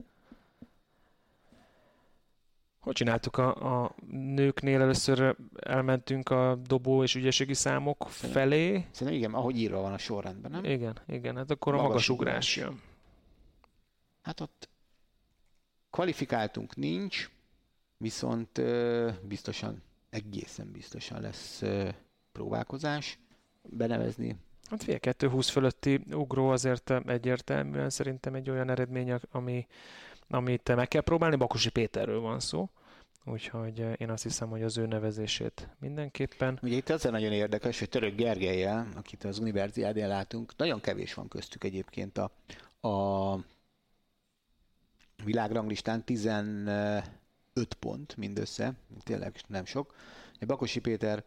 Hogy csináltuk a, a nőknél? Először elmentünk a dobó és ügyességi számok felé. Szerintem igen, ahogy írva van a sorrendben, nem? Igen, igen, hát akkor magas a magasugrás jön. Hát ott kvalifikáltunk nincs, viszont biztosan, egészen biztosan lesz próbálkozás benevezni. Hát figyelj, kettő húsz fölötti ugró azért egyértelműen szerintem egy olyan eredmény, ami amit meg kell próbálni. Bakosi Péterről van szó, úgyhogy én azt hiszem, hogy az ő nevezését mindenképpen. Ugye itt azért nagyon érdekes, hogy Török Gergellyel, akit az Universiádén látunk, nagyon kevés van köztük egyébként a, a világranglistán, tizenöt pont mindössze, tényleg nem sok. Bakosi Péter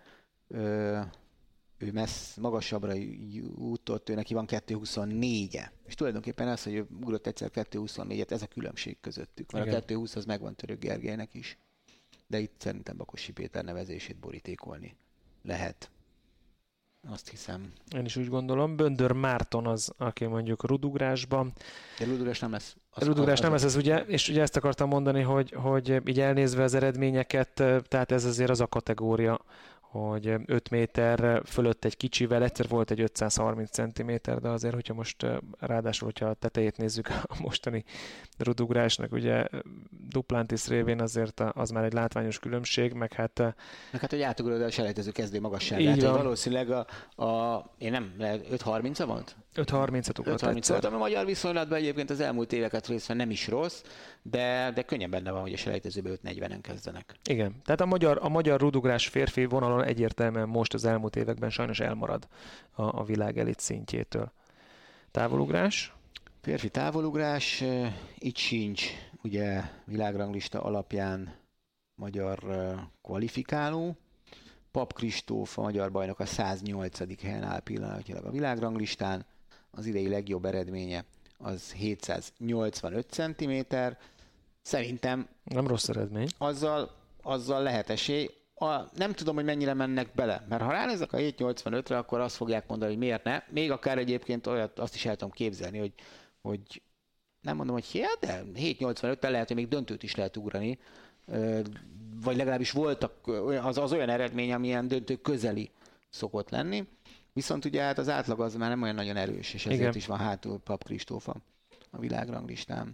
ő messz, magasabbra jutott, ő neki van kettő huszonnégye. És tulajdonképpen az, hogy ő ugrott egyszer kettő huszonnégyet, ez a különbség közöttük. Mert igen. A kettő húsz az megvan Török Gergelynek is. De itt szerintem Bakosi Péter nevezését borítékolni lehet. Azt hiszem. Én is úgy gondolom. Böndör Márton az, aki mondjuk rudugrásban. De rudugrás nem lesz. Az, rudugrás az, nem lesz ez ugye, és ugye ezt akartam mondani, hogy, hogy így elnézve az eredményeket, tehát ez azért az a kategória, hogy öt méter fölött egy kicsivel, egyszer volt egy ötszázharminc centiméter, de azért, hogyha most ráadásul, hogyha a tetejét nézzük a mostani rudugrásnak, ugye Duplantis révén azért az már egy látványos különbség, meg hát... Meg hát, hogy átugrod a selejtező kezdő magasságát, hogy valószínűleg a, a, én nem, öt harminca volt? öt harmincat ugrott egyszer. Ami a magyar viszonylatban egyébként az elmúlt éveket részve nem is rossz, de, de könnyen benne van, hogy a selejtezőben öt negyvenen kezdenek. Igen, tehát a magyar, a magyar rudugrás férfi vonalon egyértelműen most az elmúlt években sajnos elmarad a, a világ elit szintjétől. Távolugrás? Férfi távolugrás, itt sincs ugye világranglista alapján magyar kvalifikáló. Pap Kristóf, a magyar bajnok a száznyolcadik helyen áll pillanatnyilag a világranglistán. Az idei legjobb eredménye az hétszáznyolcvanöt centiméter. Szerintem nem rossz eredmény. Azzal, azzal lehet esély. A, nem tudom, hogy mennyire mennek bele, mert ha ránézek a hétszáznyolcvanötre, akkor azt fogják mondani, hogy miért ne. Még akár egyébként olyat, azt is el tudom képzelni, hogy, hogy nem mondom, hogy hát, de hétszáznyolcvanöttel lehet, hogy még döntőt is lehet ugrani, vagy legalábbis voltak, az, az olyan eredmény, amilyen döntő közeli szokott lenni. Viszont ugye hát az átlag az már nem olyan nagyon erős, és ezért igen. is van hátul Pap Kristóf a világranglistán.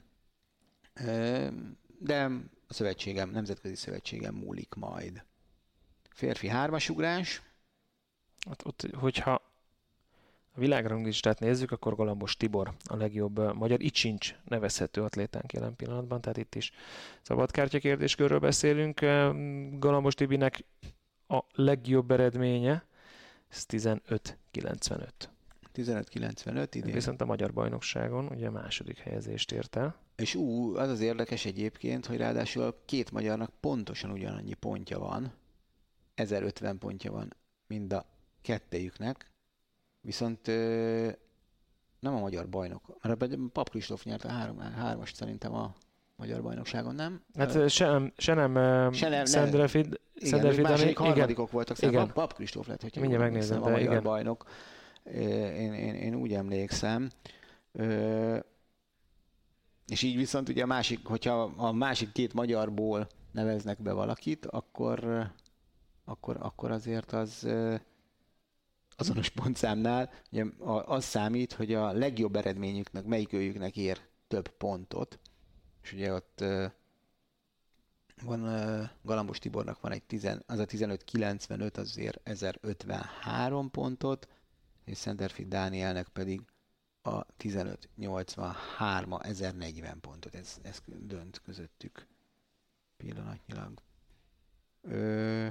De a szövetségem, nemzetközi szövetségem múlik majd. Férfi hármasugrás. Ott, ott, hogyha a világranglistát nézzük, akkor Galambos Tibor a legjobb magyar. Itt sincs nevezhető atlétánk jelen pillanatban, tehát itt is szabadkártya kérdéskörről beszélünk. Galambos Tibinek a legjobb eredménye ez tizenöt kilencvenöt. tizenöt kilencvenöt idén. Viszont a magyar bajnokságon ugye második helyezést ért el. És ú, az az érdekes egyébként, hogy ráadásul a két magyarnak pontosan ugyanannyi pontja van, ezerötven pontja van mind a kettejüknek, viszont ö, nem a magyar bajnok, mert Pap Kristóf nyert a három, hármast szerintem a magyar bajnokságon, nem? Hát se nem, se nem, se nem Szenderfid, igen, második, harmadikok voltak, szerintem Pap, Pap Kristóf lett, hogyha mindjárt megnézem, a magyar igen. bajnok. Én, én, én úgy emlékszem. Ö, és így viszont ugye a másik, hogyha a másik két magyarból neveznek be valakit, akkor, akkor, akkor azért az azonos pontszámnál ugye az számít, hogy a legjobb eredményüknek melyikőjüknek ér több pontot. És ugye ott van Galambos Tibornak van egy tizen, az a tizenöt kilencvenöt, azért ezerötvenhárom pontot, és Szenderfid Dánielnek pedig a tizenöt nyolcvanhárom ezernegyven pontot. Ez, ez dönt közöttük pillanatnyilag. Ö...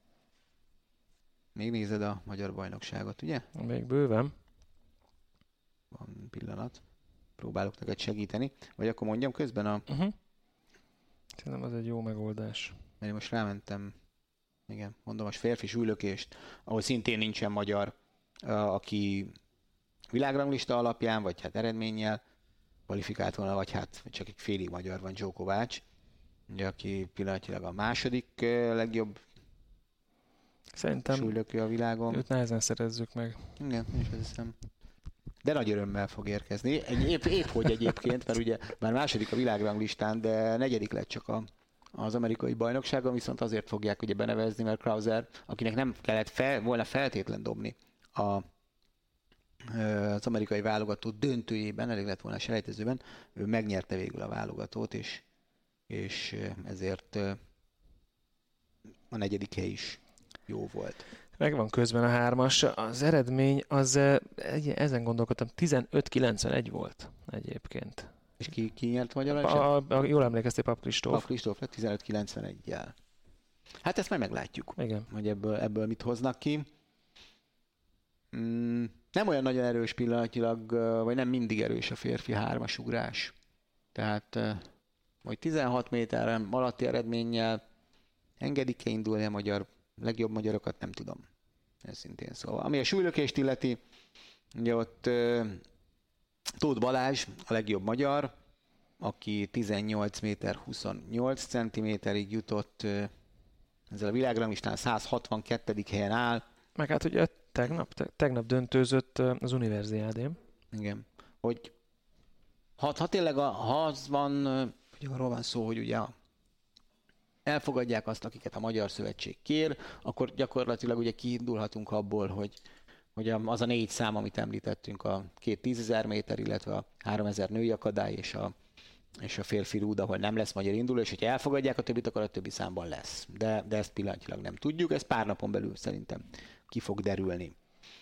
Még nézed a magyar bajnokságot, ugye? Még bőven. Van pillanat. Próbálok neked segíteni. Vagy akkor mondjam közben a... Uh-huh. Szerintem az egy jó megoldás. Mert én most rámentem, igen, mondom, a férfi súlylökést, ahol szintén nincsen magyar, aki világranglista alapján, vagy hát eredménnyel kvalifikált volna, vagy hát csak egy félig magyar van, Joe Kovács, ugye, aki pillanatilag a második legjobb Szerintem súlylökő a világon. Őt nehezen szerezzük meg. Igen, és azt hiszem. De nagy örömmel fog érkezni. Egy, épp, épp hogy egyébként, mert ugye már második a világranglistán, de negyedik lett csak a, az amerikai bajnokságon, viszont azért fogják ugye benevezni, mert Krauser, akinek nem kellett fel, volna feltétlen dobni a, az amerikai válogató döntőjében, elég lett volna a selejtezőben, ő megnyerte végül a válogatót, és, és ezért a negyedik hely is jó volt. Megvan közben a hármas. Az eredmény, az ezen gondolkodtam, tizenöt kilencvenegy volt egyébként. És ki, ki nyert magyar? A, a, a, jól emlékeztél, Pap Kristóf. Pap Kristóf lett tizenöt kilencveneggyel. Hát ezt majd meglátjuk, igen. hogy ebből, ebből mit hoznak ki. Mm, nem olyan nagyon erős pillanatilag, vagy nem mindig erős a férfi hármasugrás. Tehát, hogy tizenhat méteren alatti eredménnyel engedik-e indulni a magyar legjobb magyarokat, nem tudom. Ez szintén szóval. Ami a súlylökést illeti, ugye ott uh, Tóth Balázs a legjobb magyar, aki tizennyolc méter huszonnyolc centiméterig jutott, uh, ezzel a világranglistán száz hatvankettedik helyen áll. Meg hát ugye tegnap, te, tegnap döntőzött az Universiádén. Igen. Hogy ha, ha tényleg a, ha az van, hogy arról van szó, hogy ugye a elfogadják azt, akiket a Magyar Szövetség kér, akkor gyakorlatilag ugye kiindulhatunk abból, hogy, hogy az a négy szám, amit említettünk, a két tízezer méter, illetve a háromezer női akadály és a, és a férfi rúd, ahol nem lesz magyar induló, és hogyha elfogadják a többit, akkor a többi számban lesz. De, de ezt pillanatilag nem tudjuk, ez pár napon belül szerintem ki fog derülni.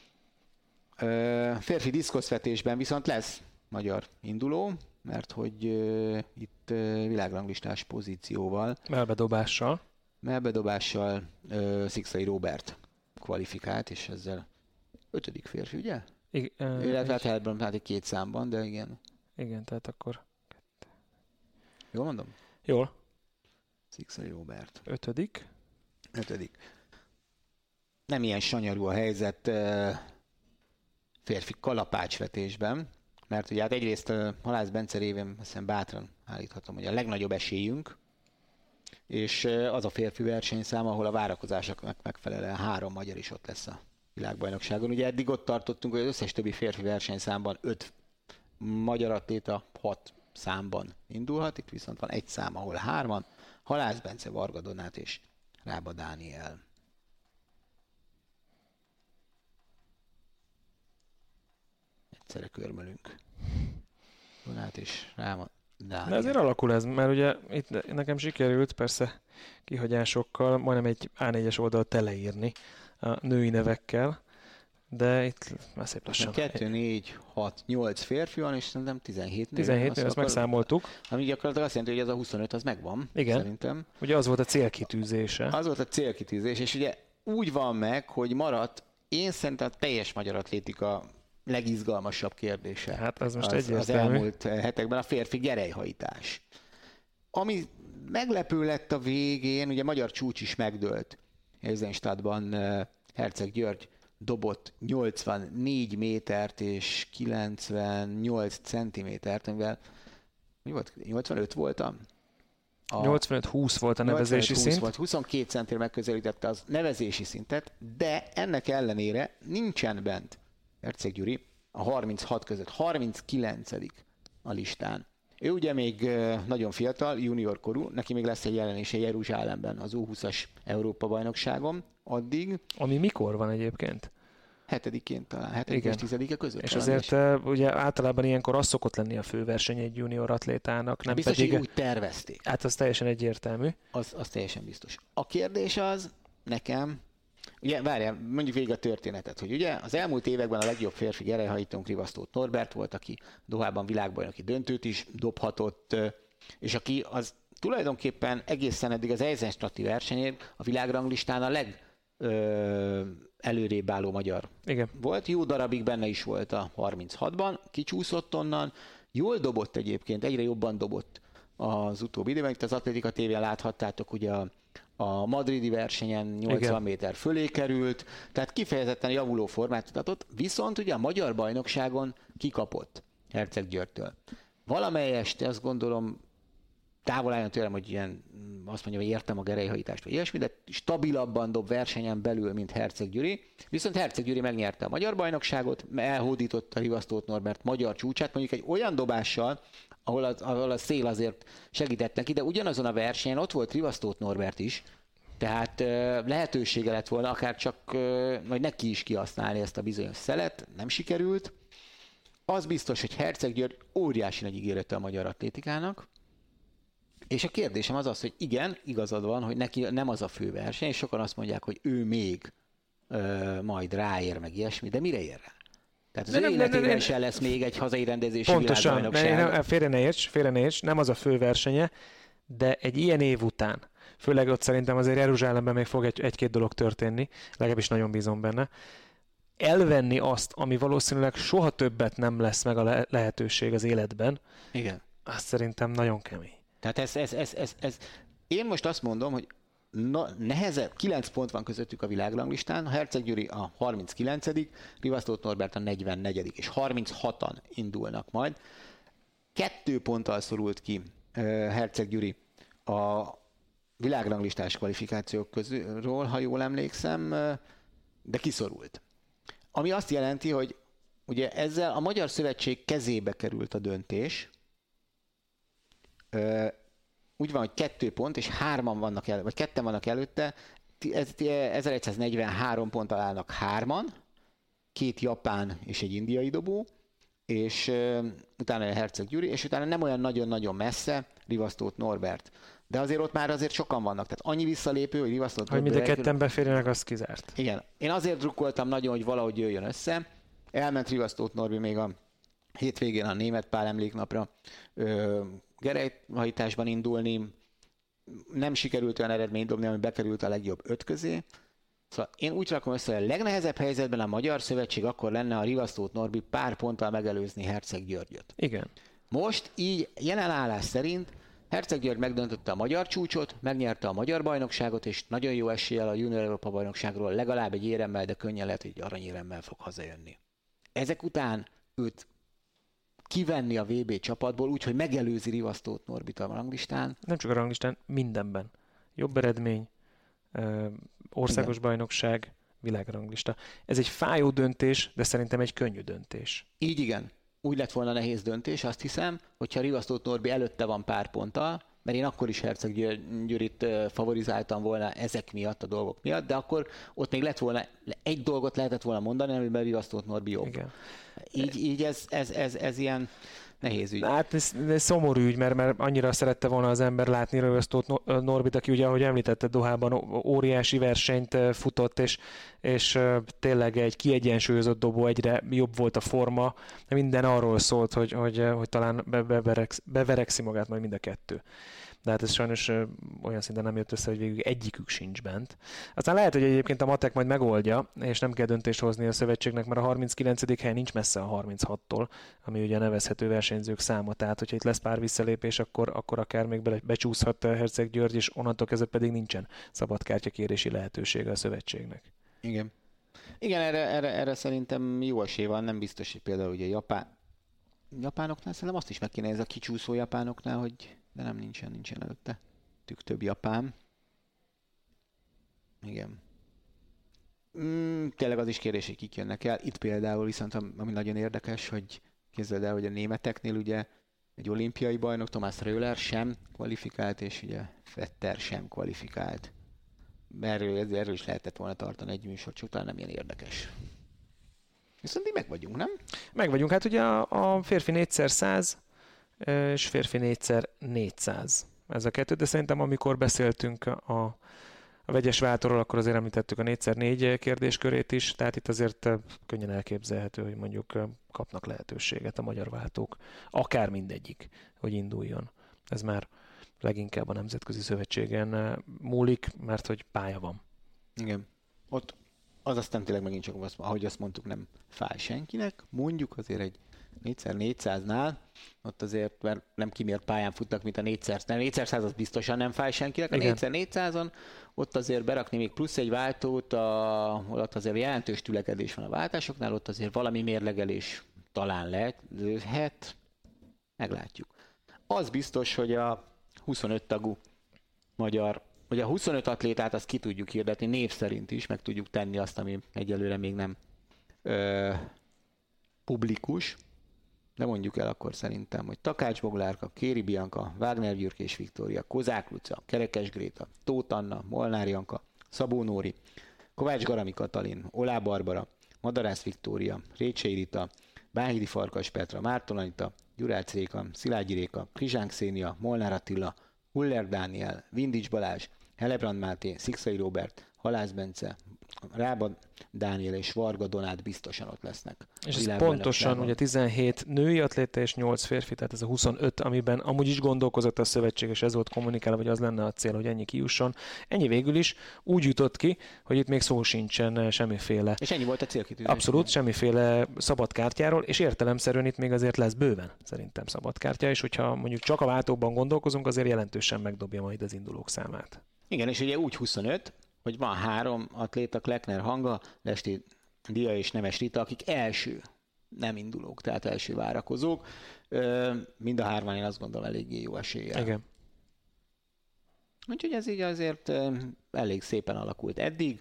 Ö, férfi diszkoszvetésben viszont lesz magyar induló, mert hogy uh, itt uh, világranglistás pozícióval, melbedobással, melbedobással uh, Szikszai Róbert kvalifikált, és ezzel ötödik férfi, ugye? I- uh, Illetve hát hát egy két számban, de igen. Igen, tehát akkor... Jól mondom? Jól. Szikszai Róbert. Ötödik. Ötödik. Nem ilyen sanyarú a helyzet uh, férfi kalapácsvetésben, mert ugye hát egyrészt uh, Halász Bence révén hiszem bátran állíthatom, hogy a legnagyobb esélyünk, és uh, az a férfi versenyszám, ahol a várakozásoknak megfelelően három magyar is ott lesz a világbajnokságon. Ugye eddig ott tartottunk, hogy az összes többi férfi versenyszámban öt magyar atléta hat számban indulhat, itt viszont van egy szám, ahol hárman, Halász Bence, Varga Donát és Rába Dániel. Egyszerre körmölünk. Donát és Rába Dániel. De azért alakul ez, mert ugye itt nekem sikerült persze kihagyásokkal majdnem egy á négyes oldalt teleírni a női nevekkel, de itt már szép lassan. kettő, négy, hat, nyolc férfi van, és szerintem tizenhét nő. tizenhét nő, ezt megszámoltuk. Ami gyakorlatilag azt jelenti, hogy ez a huszonöt az megvan. Igen. Szerintem. Ugye az volt a célkitűzése. Az volt a célkitűzés, és ugye úgy van meg, hogy maradt, én szerintem a teljes magyar atlétika legizgalmasabb kérdése. Hát az most az, egyértelmű. Az elmúlt hetekben a férfi gerelyhajtás. Ami meglepő lett a végén, ugye magyar csúcs is megdőlt. Eisenstadtban Herceg György dobott nyolcvannégy métert és kilencvennyolc centimétert, amivel mi volt? nyolcvanöt voltam? nyolcvanöt húsz volt a nevezési szint. Volt, huszonkét centire megközelítette az nevezési szintet, de ennek ellenére nincsen bent Herceg Gyuri a harminchat között, harminckilencedik a listán. Ő ugye még nagyon fiatal, junior korú, neki még lesz egy jelenése Jeruzsálemben az U húszas Európa-bajnokságon addig. Ami mikor van egyébként? Hetedikén talán, hetedik és tizedike között. És azért is. Ugye általában ilyenkor az szokott lenni a főverseny egy junior atlétának. Nem biztos, pedig... hogy úgy tervezték. Hát az teljesen egyértelmű. Az, az teljesen biztos. A kérdés az nekem, ugye várjál, mondjuk végig a történetet, hogy ugye az elmúlt években a legjobb férfi gerelyhajítónk Rivasztóth Norbert volt, aki Dohában világbajnoki döntőt is dobhatott, és aki az tulajdonképpen egészen eddig az Eisenstadti versenyért a világranglistán a leg ö, előrébb álló magyar Igen. volt. Jó darabig benne is volt a harminchatban, kicsúszott onnan, jól dobott egyébként, egyre jobban dobott az utóbbi időben. Itt az Atlétika tévén láthattátok, ugye a, a madridi versenyen nyolcvan Igen. méter fölé került, tehát kifejezetten javuló formát mutatott, viszont ugye a magyar bajnokságon kikapott Herceg Györgytől. Valamelyest azt gondolom, távol álljon tőlem, hogy ilyen, azt mondja, hogy értem a gerelyhajítást, vagy ilyesmi, de stabilabban dob versenyen belül, mint Herceg Gyuri. Viszont Herceg Gyuri megnyerte a magyar bajnokságot, elhódította Rivasztóth Norbert magyar csúcsát, mondjuk egy olyan dobással, ahol a, ahol a szél azért segített neki, de ugyanazon a versenyen ott volt Rivasztóth Norbert is, tehát lehetősége lett volna akár csak, vagy neki is kihasználni ezt a bizonyos szelet, nem sikerült. Az biztos, hogy Herceg György óriási nagy ígérete a magyar atlétikának, és a kérdésem az az, hogy igen, igazad van, hogy neki nem az a fő verseny, és sokan azt mondják, hogy ő még ö, majd ráér, meg ilyesmi, de mire ér rá? Tehát az de ő nem, életében nem, sem lesz még egy hazai rendezési pontosan, világbajnokság. Pontosan, félre ne érts, félre ne érts, nem az a fő versenye, de egy ilyen év után, főleg ott szerintem azért Jeruzsálemben még fog egy, egy-két dolog történni, legalábbis nagyon bízom benne, elvenni azt, ami valószínűleg soha többet nem lesz meg a le- lehetőség az életben, igen. Azt szerintem nagyon kemény. Tehát ez, ez, ez, ez, ez, én most azt mondom, hogy na, nehezebb, kilenc pont van közöttük a világranglistán, Herceg Gyuri a harminckilencedik Rivasztóth Norbert a negyvennegyedik és harminchatan indulnak majd. Kettő ponttal szorult ki uh, Herceg Gyuri a világranglistás kvalifikációk közül, ha jól emlékszem, uh, de kiszorult. Ami azt jelenti, hogy ugye ezzel a Magyar Szövetség kezébe került a döntés. Uh, úgy van, hogy kettő pont, és hárman vannak el, vagy ketten vannak előtte, ezeregyszáznegyvenhárom ponttal állnak hárman, két japán és egy indiai dobó, és uh, utána a Herceg Gyuri, és utána nem olyan nagyon-nagyon messze Rivasztóth Norbert. De azért ott már azért sokan vannak, tehát annyi visszalépő, hogy Rivasztóth Norbert... Hogy mind a ketten beférjenek, azt kizárt. Igen. Én azért drukkoltam nagyon, hogy valahogy jöjjön össze. Elment Rivasztóth Norbi még a hétvégén a Németh Pál emléknapra ö, gerelyhajtásban indulni. Nem sikerült olyan eredményt dobni, ami bekerült a legjobb öt közé. Szóval én úgy rakom össze, hogy a legnehezebb helyzetben a Magyar Szövetség akkor lenne a Rivasztóth Norbi pár ponttal megelőzni Herceg Györgyöt. Igen. Most így jelen állás szerint Herceg György megdöntötte a magyar csúcsot, megnyerte a magyar bajnokságot, és nagyon jó eséllyel a Junior Európa bajnokságról legalább egy éremmel, de könnyen lehet, hogy aranyéremmel fog hazajönni. Ezek után őt kivenni a vé bé csapatból, úgyhogy megelőzi Rivasztóth Norbit a ranglistán. Nem csak a ranglistán, mindenben. Jobb eredmény, országos igen. bajnokság, világranglista. Ez egy fájó döntés, de szerintem egy könnyű döntés. Így igen. Úgy lett volna nehéz döntés, azt hiszem, hogyha Rivasztóth Norbi előtte van pár ponttal, mert én akkor is Herceg Gyurit favorizáltam volna ezek miatt, a dolgok miatt, de akkor ott még lett volna, egy dolgot lehetett volna mondani, amiben Rivasztóth Norbi jobb. Igen. Így, így ez, ez, ez, ez ilyen nehéz ügy. Hát ez, ez szomorú ügy, mert, mert annyira szerette volna az ember látni Rivasztóth Norbit, aki ugye, ahogy említette, Dohában óriási versenyt futott, és, és tényleg egy kiegyensúlyozott dobó, egyre jobb volt a forma. Minden arról szólt, hogy, hogy, hogy talán beverekszi, beverekszi magát majd mind a kettő. De hát ez sajnos olyan szinten nem jött össze, hogy végül egyikük sincs bent. Aztán lehet, hogy egyébként a matek majd megoldja, és nem kell döntést hozni a szövetségnek, mert a harminckilencedik hely nincs messze a harminchattól, ami ugye nevezhető versenyzők száma. Tehát, hogyha itt lesz pár visszalépés, akkor, akkor akár még becsúszhat Herceg György, és onnantól kezdve pedig nincsen szabadkártyakérési lehetősége a szövetségnek. Igen. Igen, erre, erre, erre szerintem jó esély van, nem biztos, hogy például ugye Japán... Japánoknál szerintem azt is meg kéne, ez a kicsúszó japánoknál, hogy de nem nincsen, nincsen előtte. Tük több japán. Igen. Mm, tényleg az is kérdés, hogy kik jönnek el. Itt például viszont ami nagyon érdekes, hogy képzeld el, hogy a németeknél ugye egy olimpiai bajnok, Thomas Röhler sem kvalifikált, és ugye Vetter sem kvalifikált. Erről, erről is lehetett volna tartani egy műsor, csak talán nem ilyen érdekes. Viszont mi meg vagyunk, nem? Meg vagyunk. Hát ugye a, a férfi négyszer száz és férfi négyszer négyszáz. Ez a kettő, de szerintem amikor beszéltünk a, a vegyes váltóról, akkor azért említettük a négyszer négy kérdéskörét is, tehát itt azért könnyen elképzelhető, hogy mondjuk kapnak lehetőséget a magyar váltók, akár mindegyik, hogy induljon. Ez már leginkább a Nemzetközi Szövetségen múlik, mert hogy pálya van. Igen. Ott az aztán tényleg megint csak, ahogy azt mondtuk, nem fáj senkinek. Mondjuk azért egy négyszer négyszáznál, ott azért, mert nem kimért pályán futnak, mint a négyszer száz. négyszer száz az biztosan nem fáj senkinek. A négyszer négyszázon ott azért berakni még plusz egy váltót, a, ott azért jelentős tülekedés van a váltásoknál, ott azért valami mérlegelés talán lehet, meglátjuk. Az biztos, hogy a huszonöt tagú magyar, hogy a huszonöt atlétát azt ki tudjuk hirdetni, név szerint is, meg tudjuk tenni azt, ami egyelőre még nem ö, publikus, de mondjuk el akkor szerintem, hogy Takács Boglárka, Kéri Bianca, Wagner Gyürk és Viktória, Kozák Luca, Kerekes Gréta, Tóth Anna, Molnár Janka, Szabó Nóri, Kovács Garami Katalin, Olá Barbara, Madarász Viktória, Récsei Rita, Báhidi Farkas Petra, Márton Anita, Gyurác Réka, Szilágyi Réka, Krizsánk Szénia, Molnár Attila, Huller Dániel, Vindics Balázs, Helebrand Máté, Szikszai Róbert, Halász Bence, Rába Dániel és Varga Donát biztosan ott lesznek. És ez pontosan ugye tizenhét női atléta és nyolc férfi, tehát ez a huszonöt, amiben amúgy is gondolkozott a szövetség, és ez volt kommunikálva, hogy az lenne a cél, hogy ennyi kijusson. Ennyi végül is úgy jutott ki, hogy itt még szó sincsen semmiféle. És ennyi volt a célkitűzés. Abszolút, semmiféle szabadkártyáról, és értelemszerűen itt még azért lesz bőven szerintem szabadkártya, és hogyha mondjuk csak a váltóban gondolkozunk, azért jelentősen megdobja majd az indulók számát. Igen, és ugye úgy huszonöt, hogy van három atléta, Kleckner Hanga, Lesti Dia és Nemes Rita, akik első nem indulók, tehát első várakozók. Mind a hárman én azt gondolom eléggé jó eséllyel. Igen. Úgyhogy ez így azért elég szépen alakult eddig.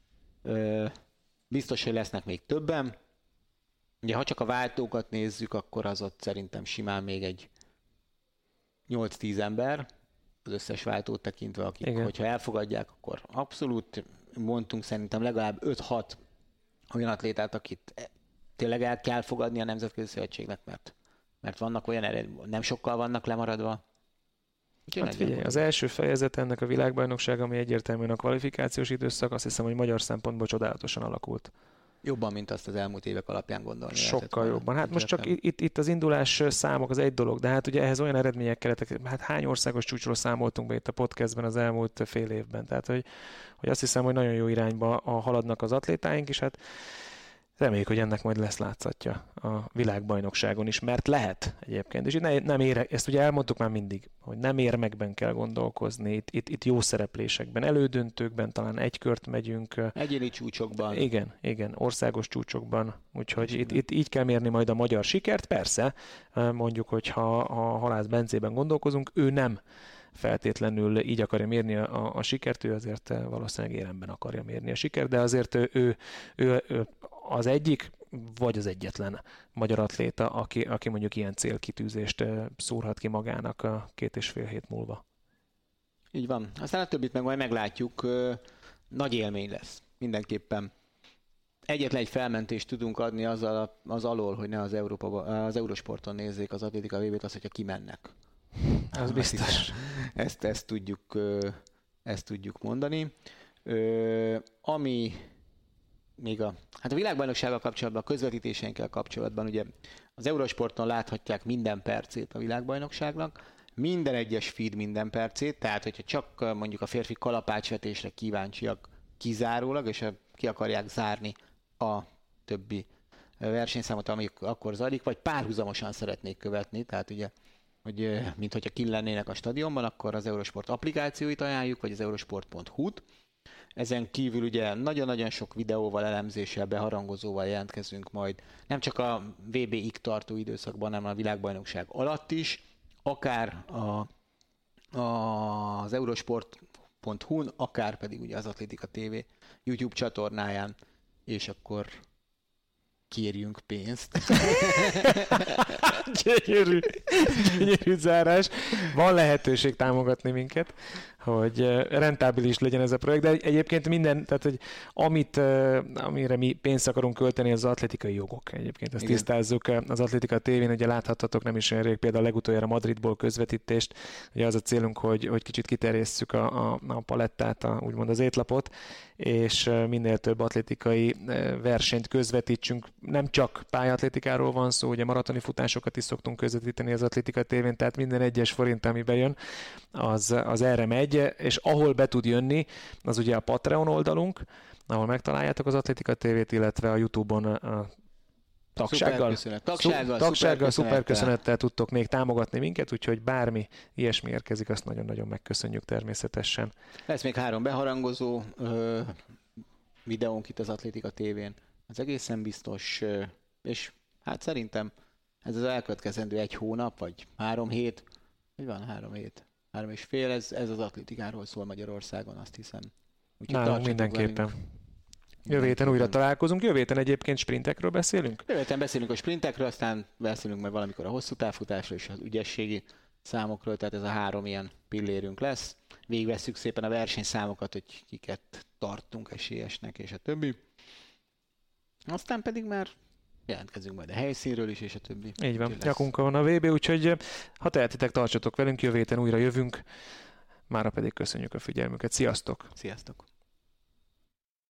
Biztos, hogy lesznek még többen. Ugye, ha csak a váltókat nézzük, akkor az ott szerintem simán még egy nyolc-tíz ember, az összes váltót tekintve, akik, igen, hogyha elfogadják, akkor abszolút mondtunk szerintem legalább öt-hat olyan atlétát, akit tényleg el kell fogadni a Nemzetközi Szövetségnek, mert, mert vannak olyan eredmények, nem sokkal vannak lemaradva. Úgyhogy hát figyelj, az első fejezet ennek a világbajnokság, ami egyértelműen a kvalifikációs időszak, azt hiszem, hogy magyar szempontból csodálatosan alakult. Jobban, mint azt az elmúlt évek alapján gondolni. Sokkal jobban. Hát most csak itt, itt az indulás számok az egy dolog, de hát ugye ehhez olyan eredmények kellettek, hát hány országos csúcsról számoltunk be itt a podcastben az elmúlt fél évben. Tehát, hogy, hogy azt hiszem, hogy nagyon jó irányba haladnak az atlétáink, és hát reméljük, hogy ennek majd lesz látszatja a világbajnokságon is, mert lehet egyébként. És itt ne, nem ér, ezt ugye elmondtuk már mindig, hogy nem érmekben kell gondolkozni, itt, itt, itt jó szereplésekben, elődöntőkben, talán egy kört megyünk. Egyéni csúcsokban. Igen, igen, országos csúcsokban. Úgyhogy itt, itt így kell mérni majd a magyar sikert. Persze, mondjuk, hogy ha a Halász Bencében gondolkozunk, ő nem feltétlenül így akarja mérni a, a sikert, ő azért valószínűleg éremben akarja mérni a sikert, de azért ő, ő, ő, ő az egyik, vagy az egyetlen magyar atléta, aki, aki mondjuk ilyen célkitűzést szúrhat ki magának a két és fél hét múlva. Így van. Aztán a többit meg majd meglátjuk. Nagy élmény lesz. Mindenképpen. Egyetlen egy felmentést tudunk adni azzal, az alól, hogy ne az, Európa, az Eurosporton nézzék az atlétika vé bét, az, hogyha kimennek. Az biztos. Ezt, ezt, tudjuk, ezt tudjuk mondani. Ami még a, hát a világbajnoksággal kapcsolatban, a közvetítéseinkkel kapcsolatban, ugye az Eurosporton láthatják minden percét a világbajnokságnak, minden egyes feed minden percét, tehát hogyha csak mondjuk a férfi kalapácsvetésre kíváncsiak kizárólag, és ki akarják zárni a többi versenyszámot, amik akkor zajlik, vagy párhuzamosan szeretnék követni, tehát ugye, hogy mint hogyha kint lennének a stadionban, akkor az Eurosport applikációit ajánljuk, vagy az eurosport pont hu-t, Ezen kívül ugye nagyon-nagyon sok videóval, elemzéssel, beharangozóval jelentkezünk majd, nem csak a vé bé-ig tartó időszakban, hanem a világbajnokság alatt is, akár a, a, az eurosport pont hu-n, akár pedig ugye az Atlétika té vé YouTube csatornáján, és akkor kérjünk pénzt. Gyönyörű, gyönyörű zárás. Van lehetőség támogatni minket, hogy rentábilis legyen ez a projekt, de egyébként minden, tehát hogy amit, amire mi pénzt akarunk költeni, az atlétikai jogok egyébként. Ezt Igen. tisztázzuk. Az Atlétika té vén ugye láthattatok nem is olyan rég, például legutoljára Madridból közvetítést. Ugye az a célunk, hogy, hogy kicsit kiterjesszük a, a, a palettát, a, úgymond az étlapot, és minél több atlétikai versenyt közvetítsünk. Nem csak pályaatlétikáról van szó, ugye maratoni futásokat is szoktunk közvetíteni az Atlétika té vén, tehát minden egyes forint, ami bejön, az, az erre megy, és ahol be tud jönni, az ugye a Patreon oldalunk, ahol megtaláljátok az Atlétika té vét, illetve a YouTube-on a tagsággal, tagsággal, tagsággal szuper köszönettel tudtok még támogatni minket, úgyhogy bármi ilyesmi érkezik, azt nagyon-nagyon megköszönjük természetesen. Lesz még három beharangozó ö, videónk itt az Atlétika té vén. Az egészen biztos, ö, és hát szerintem ez az elkövetkezendő egy hónap, vagy három hét, vagy van három hét, három és fél, ez, ez az atlétikáról szól Magyarországon, azt hiszem. Úgyhogy nálunk mindenképpen. Jövő héten újra találkozunk. Jövő héten egyébként sprintekről beszélünk? Jövő héten beszélünk a sprintekről, aztán beszélünk majd valamikor a hosszú távfutásról és az ügyességi számokról, tehát ez a három ilyen pillérünk lesz. Végigvesszük szépen a versenyszámokat, hogy kiket tartunk esélyesnek, és a többi. Aztán pedig már jelentkezünk majd a helyszínről is, és a többi. Így van, nyakunkon van a vé bé, úgyhogy ha tehetitek, tartsatok velünk, jövő héten újra jövünk. Mára pedig köszönjük a figyelmüket. Sziasztok! Sziasztok!